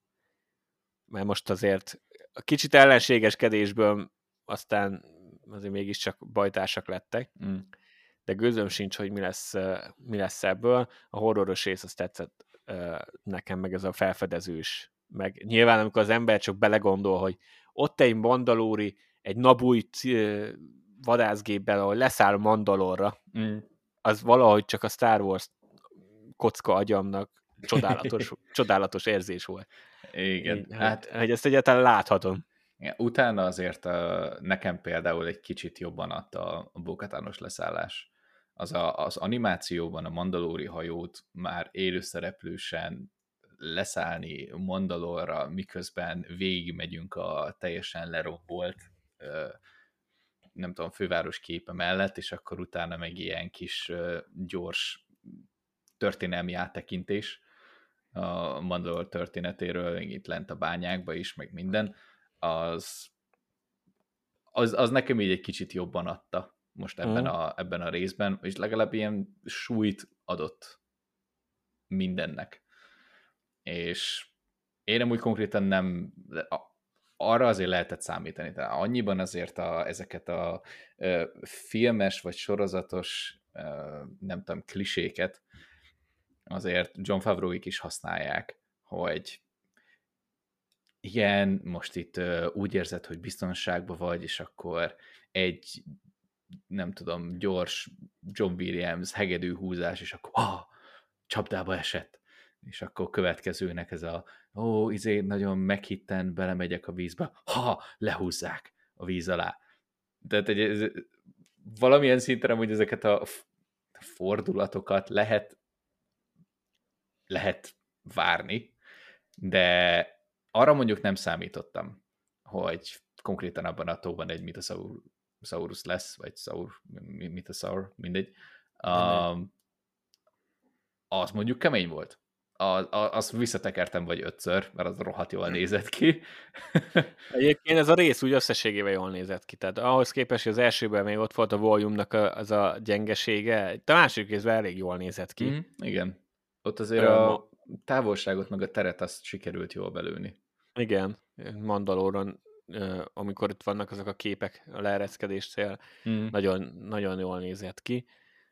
Mert most azért a kicsit ellenségeskedésből aztán azért mégiscsak bajtársak lettek, mm. de gőzöm sincs, hogy mi lesz, mi lesz ebből. A horroros rész az tetszett nekem, meg ez a felfedezős. Meg nyilván, amikor az ember csak belegondol, hogy ott egy mandalóri, egy nabúj vadászgépben, ahol leszáll Mandalorra, mm. az valahogy csak a Star Wars kocka agyamnak csodálatos, csodálatos érzés volt. Igen. Így, hát, hogy ezt egyáltalán láthatom. Igen, utána azért a, nekem például egy kicsit jobban adta a Bo-Katanos leszállás. Az a, az animációban a mandalóri hajót már élőszereplősen leszállni Mandalorra, miközben végigmegyünk a teljesen lerombolt nem tudom, főváros képe mellett, és akkor utána meg ilyen kis gyors történelmi áttekintés a Mandalore történetéről, itt lent a bányákba is, meg minden, az, az, az nekem így egy kicsit jobban adta most ebben, uh-huh. a, ebben a részben, és legalább ilyen súlyt adott mindennek. És én nem úgy konkrétan nem, arra azért lehetett számítani, de annyiban azért a, ezeket a ö, filmes vagy sorozatos, ö, nem tudom, kliséket azért Jon Favreauik is használják, hogy igen, most itt ö, úgy érzed, hogy biztonságban vagy, és akkor egy, nem tudom, gyors John Williams hegedű húzás, és akkor ah, csapdába esett. És akkor következőnek ez a ó, izé, nagyon meghitten belemegyek a vízbe, ha, lehúzzák a víz alá. Tehát egy, ez, valamilyen szinten hogy ezeket a fordulatokat lehet lehet várni, de arra mondjuk nem számítottam, hogy konkrétan abban a tóban egy Mythosaurus lesz, vagy Saur, Mythosaur, mindegy. Um, az mondjuk kemény volt. Az, azt visszatekertem vagy ötször, mert az rohadt jól nézett ki. Egyébként ez a rész úgy összességében jól nézett ki. Tehát ahhoz képest, hogy az elsőben még ott volt a volume-nak a, az a gyengesége, a második részben elég jól nézett ki. Mm, igen. Ott azért Ö, a távolságot, meg a teret azt sikerült jól belőni. Igen. Mandalóron, amikor itt vannak azok a képek a leereszkedésnél, mm. nagyon, nagyon jól nézett ki.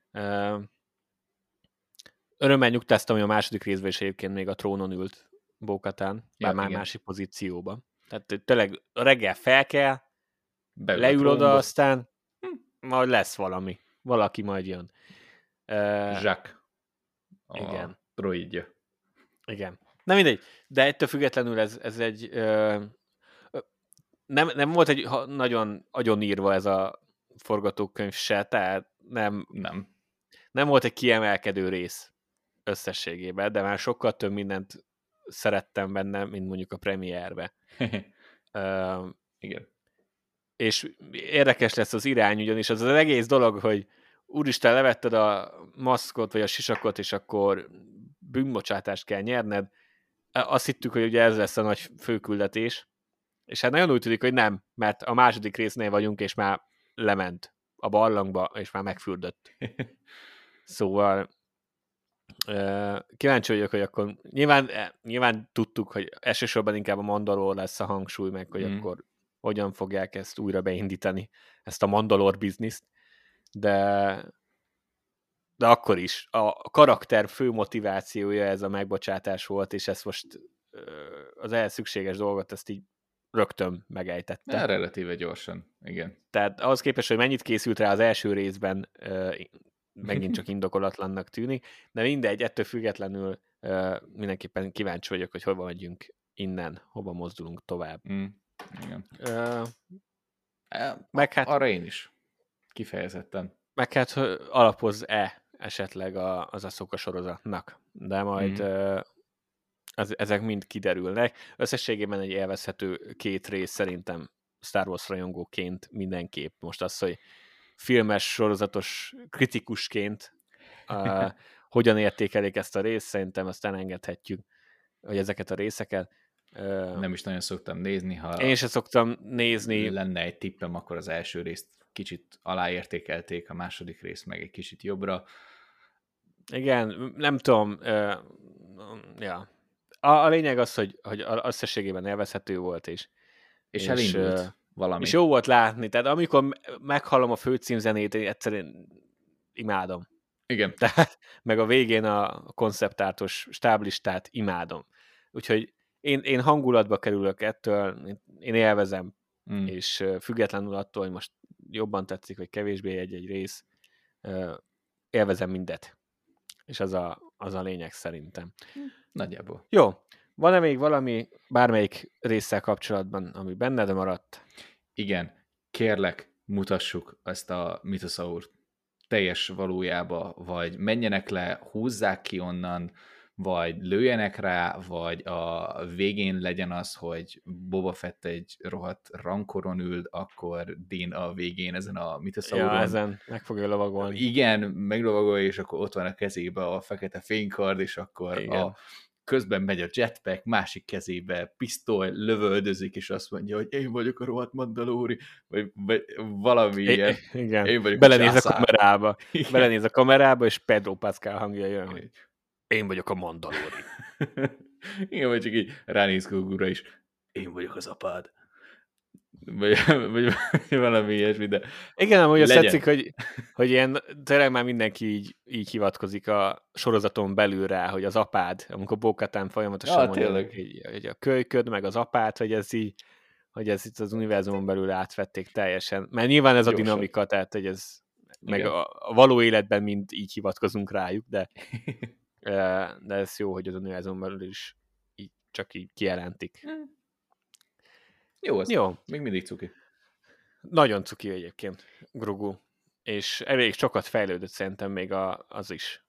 Örömmel nyugtáztam, hogy a második részben is egyébként még a trónon ült Bo-Katan, bár ja, már igen. másik pozícióban. Tehát tényleg reggel fel kell, Beül leül oda, aztán hm, majd lesz valami. Valaki majd jön. Uh, Jacques. Igen. Droidja. Igen. Na mindegy, de ettől függetlenül ez, ez egy... Uh, nem, nem volt egy nagyon agyonírva ez a forgatókönyv se, tehát nem, nem. nem volt egy kiemelkedő rész összességében, de már sokkal több mindent szerettem benne, mint mondjuk a premierbe. uh, Igen. És érdekes lesz az irány, ugyanis az az egész dolog, hogy úristen, levetted a maszkot, vagy a sisakot, és akkor bűnbocsátást kell nyerned. Azt hittük, hogy ugye ez lesz a nagy főküldetés, és hát nagyon úgy tűnik, hogy nem, mert a második résznél vagyunk, és már lement a barlangba, és már megfürdött. Szóval kíváncsi vagyok, hogy akkor nyilván, nyilván tudtuk, hogy elsősorban inkább a Mandalore lesz a hangsúly, meg hogy mm. akkor hogyan fogják ezt újra beindítani, ezt a Mandalore bizniszt, de, de akkor is a karakter fő motivációja ez a megbocsátás volt, és ezt most az ehhez szükséges dolgot, ezt így rögtön megejtette. Ja, relatíve gyorsan, igen. Tehát ahhoz képest, hogy mennyit készült rá az első részben, megint csak indokolatlannak tűnik, de mindegy, ettől függetlenül mindenképpen kíváncsi vagyok, hogy hova megyünk innen, hova mozdulunk tovább. Mm, igen. Uh, meg hát, arra én is. Kifejezetten. Meg hát alapoz-e esetleg a, az Ahsoka sorozatnak, de majd mm. uh, az, ezek mind kiderülnek. Összességében egy élvezhető két rész szerintem Star Wars rajongóként mindenképp. Most az, hogy filmes, sorozatos kritikusként uh, hogyan értékelik ezt a részt, szerintem azt elengedhetjük, hogy ezeket a részeket. Uh, Nem is nagyon szoktam nézni, ha én sem szoktam nézni. Lenne egy tippem, akkor az első részt kicsit aláértékelték, a második rész meg egy kicsit jobbra. Igen, nem tudom, uh, ja. A, a lényeg az, hogy, hogy összességében élvezhető volt, és, és, és elindult uh, valami. És jó volt látni, tehát amikor meghallom a főcímzenét, én egyszerűen imádom. Igen. Tehát, meg a végén a konceptártos stáblistát imádom. Úgyhogy én, én hangulatba kerülök ettől, én élvezem, mm. és függetlenül attól, hogy most jobban tetszik, vagy kevésbé egy-egy rész, élvezem mindet. És az a, az a lényeg szerintem. Nagyjából. Jó. Van-e még valami bármelyik résszel kapcsolatban, ami benned maradt? Igen. Kérlek, mutassuk ezt a mitoszaurt teljes valójába, vagy menjenek le, húzzák ki onnan, vagy lőjenek rá, vagy a végén legyen az, hogy Boba Fett egy rohadt rankoron ül, akkor Din a végén ezen a mitosauron. Ja, ezen meg fogja lovagolni. Igen, meglovagolja, és akkor ott van a kezébe a fekete fénykard, és akkor igen. a közben megy a jetpack, másik kezébe pisztoly, lövöldözik, és azt mondja, hogy én vagyok a rohadt Mandalori, vagy, vagy valami é, ilyen. Igen, én vagyok belenéz a, a kamerába. Igen. Belenéz a kamerába, és Pedro Pascal hangja jön, hogy én vagyok a Mandalori. Igen, vagy csak így ránéz Gugura is, én vagyok az apád. Vagy, vagy valami ilyesmi, de igen, amúgy azt tetszik, hogy, hogy ilyen, tényleg már mindenki így, így hivatkozik a sorozaton belül rá, hogy az apád, amikor Bo-Katan folyamatosan ja, mondja, hogy, hogy a kölyköd, meg az apád, hogy ez így, hogy ez itt az univerzumon belül átvették teljesen. Mert nyilván ez a Gyorsan. dinamika, tehát hogy ez, igen. meg a, a való életben mind így hivatkozunk rájuk, de, de ez jó, hogy az univerzumon belül is így, csak így kijelentik. Jó, az jó. Még mindig cuki. Nagyon cuki egyébként, Grogu. És elég sokat fejlődött szerintem még a, az is,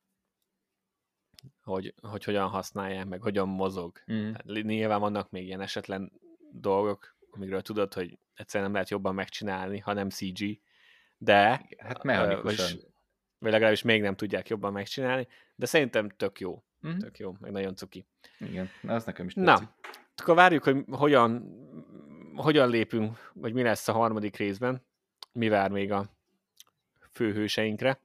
hogy, hogy hogyan használják, meg hogyan mozog. Mm. Nyilván vannak még ilyen esetlen dolgok, amikről tudod, hogy egyszerűen nem lehet jobban megcsinálni, ha nem cé gé, de hát mechanikusan. Vagy, vagy legalábbis még nem tudják jobban megcsinálni, de szerintem tök jó. Mm. Tök jó, meg nagyon cuki. Igen, az nekem is tetszik. Na, akkor várjuk, hogy hogyan hogyan lépünk, vagy mi lesz a harmadik részben, mi vár még a főhőseinkre,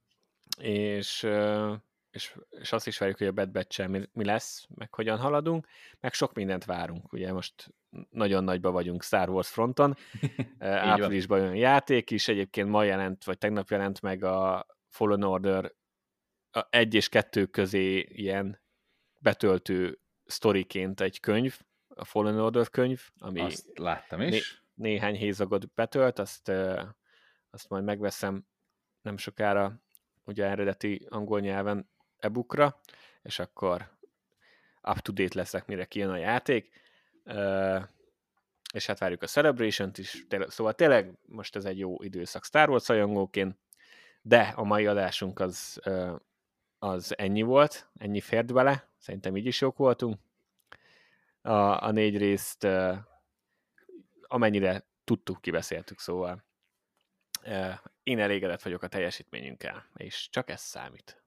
és, és, és azt is várjuk, hogy a Bad Batch-el mi, mi lesz, meg hogyan haladunk, meg sok mindent várunk. Ugye most nagyon nagyba vagyunk Star Wars fronton, áprilisban jön játék is, egyébként ma jelent, vagy tegnap jelent meg a Fallen Order a egy és kettő közé ilyen betöltő sztoriként egy könyv, a Fallen Order könyv, ami azt láttam is. Né- néhány hézagot betölt, azt, uh, azt majd megveszem nem sokára, ugye eredeti angol nyelven e-bookra, és akkor up-to-date leszek, mire kijön a játék, uh, és hát várjuk a Celebration-t is, szóval tényleg most ez egy jó időszak Star Wars rajongóként, de a mai adásunk az, uh, az ennyi volt, ennyi fért bele, szerintem így is jók voltunk. A, a négy részt uh, amennyire tudtuk, kibeszéltük, szóval uh, én elégedett vagyok a teljesítményünkkel, és csak ez számít.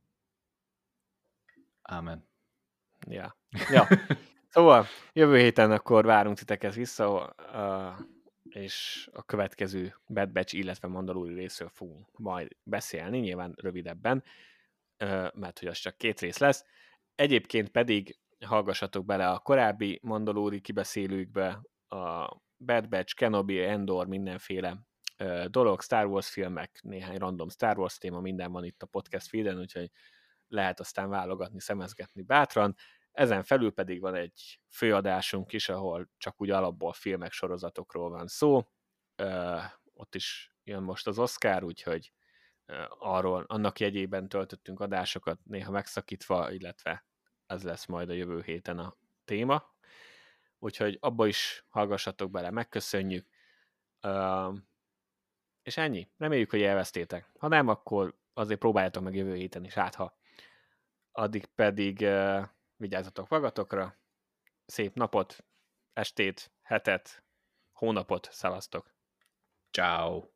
Ámen. Ja. ja. Szóval jövő héten akkor várunk titeket vissza, uh, és a következő Bad Batch, illetve Mandalori részről fogunk majd beszélni, nyilván rövidebben, uh, mert hogy az csak két rész lesz. Egyébként pedig hallgassatok bele a korábbi Mandalori kibeszélőkbe, a Bad Batch, Kenobi, Endor, mindenféle dolog, Star Wars filmek, néhány random Star Wars téma, minden van itt a podcast feeden, úgyhogy lehet aztán válogatni, szemezgetni bátran. Ezen felül pedig van egy főadásunk is, ahol csak úgy alapból filmek, sorozatokról van szó. Ö, ott is jön most az Oscar, úgyhogy arról, annak jegyében töltöttünk adásokat, néha megszakítva, illetve ez lesz majd a jövő héten a téma. Úgyhogy abba is hallgassatok bele, megköszönjük. Uh, és ennyi. Reméljük, hogy élveztétek. Ha nem, akkor azért próbáljátok meg jövő héten is, hát ha. Addig pedig uh, vigyázzatok magatokra. Szép napot, estét, hetet, hónapot, szevasztok. Ciao.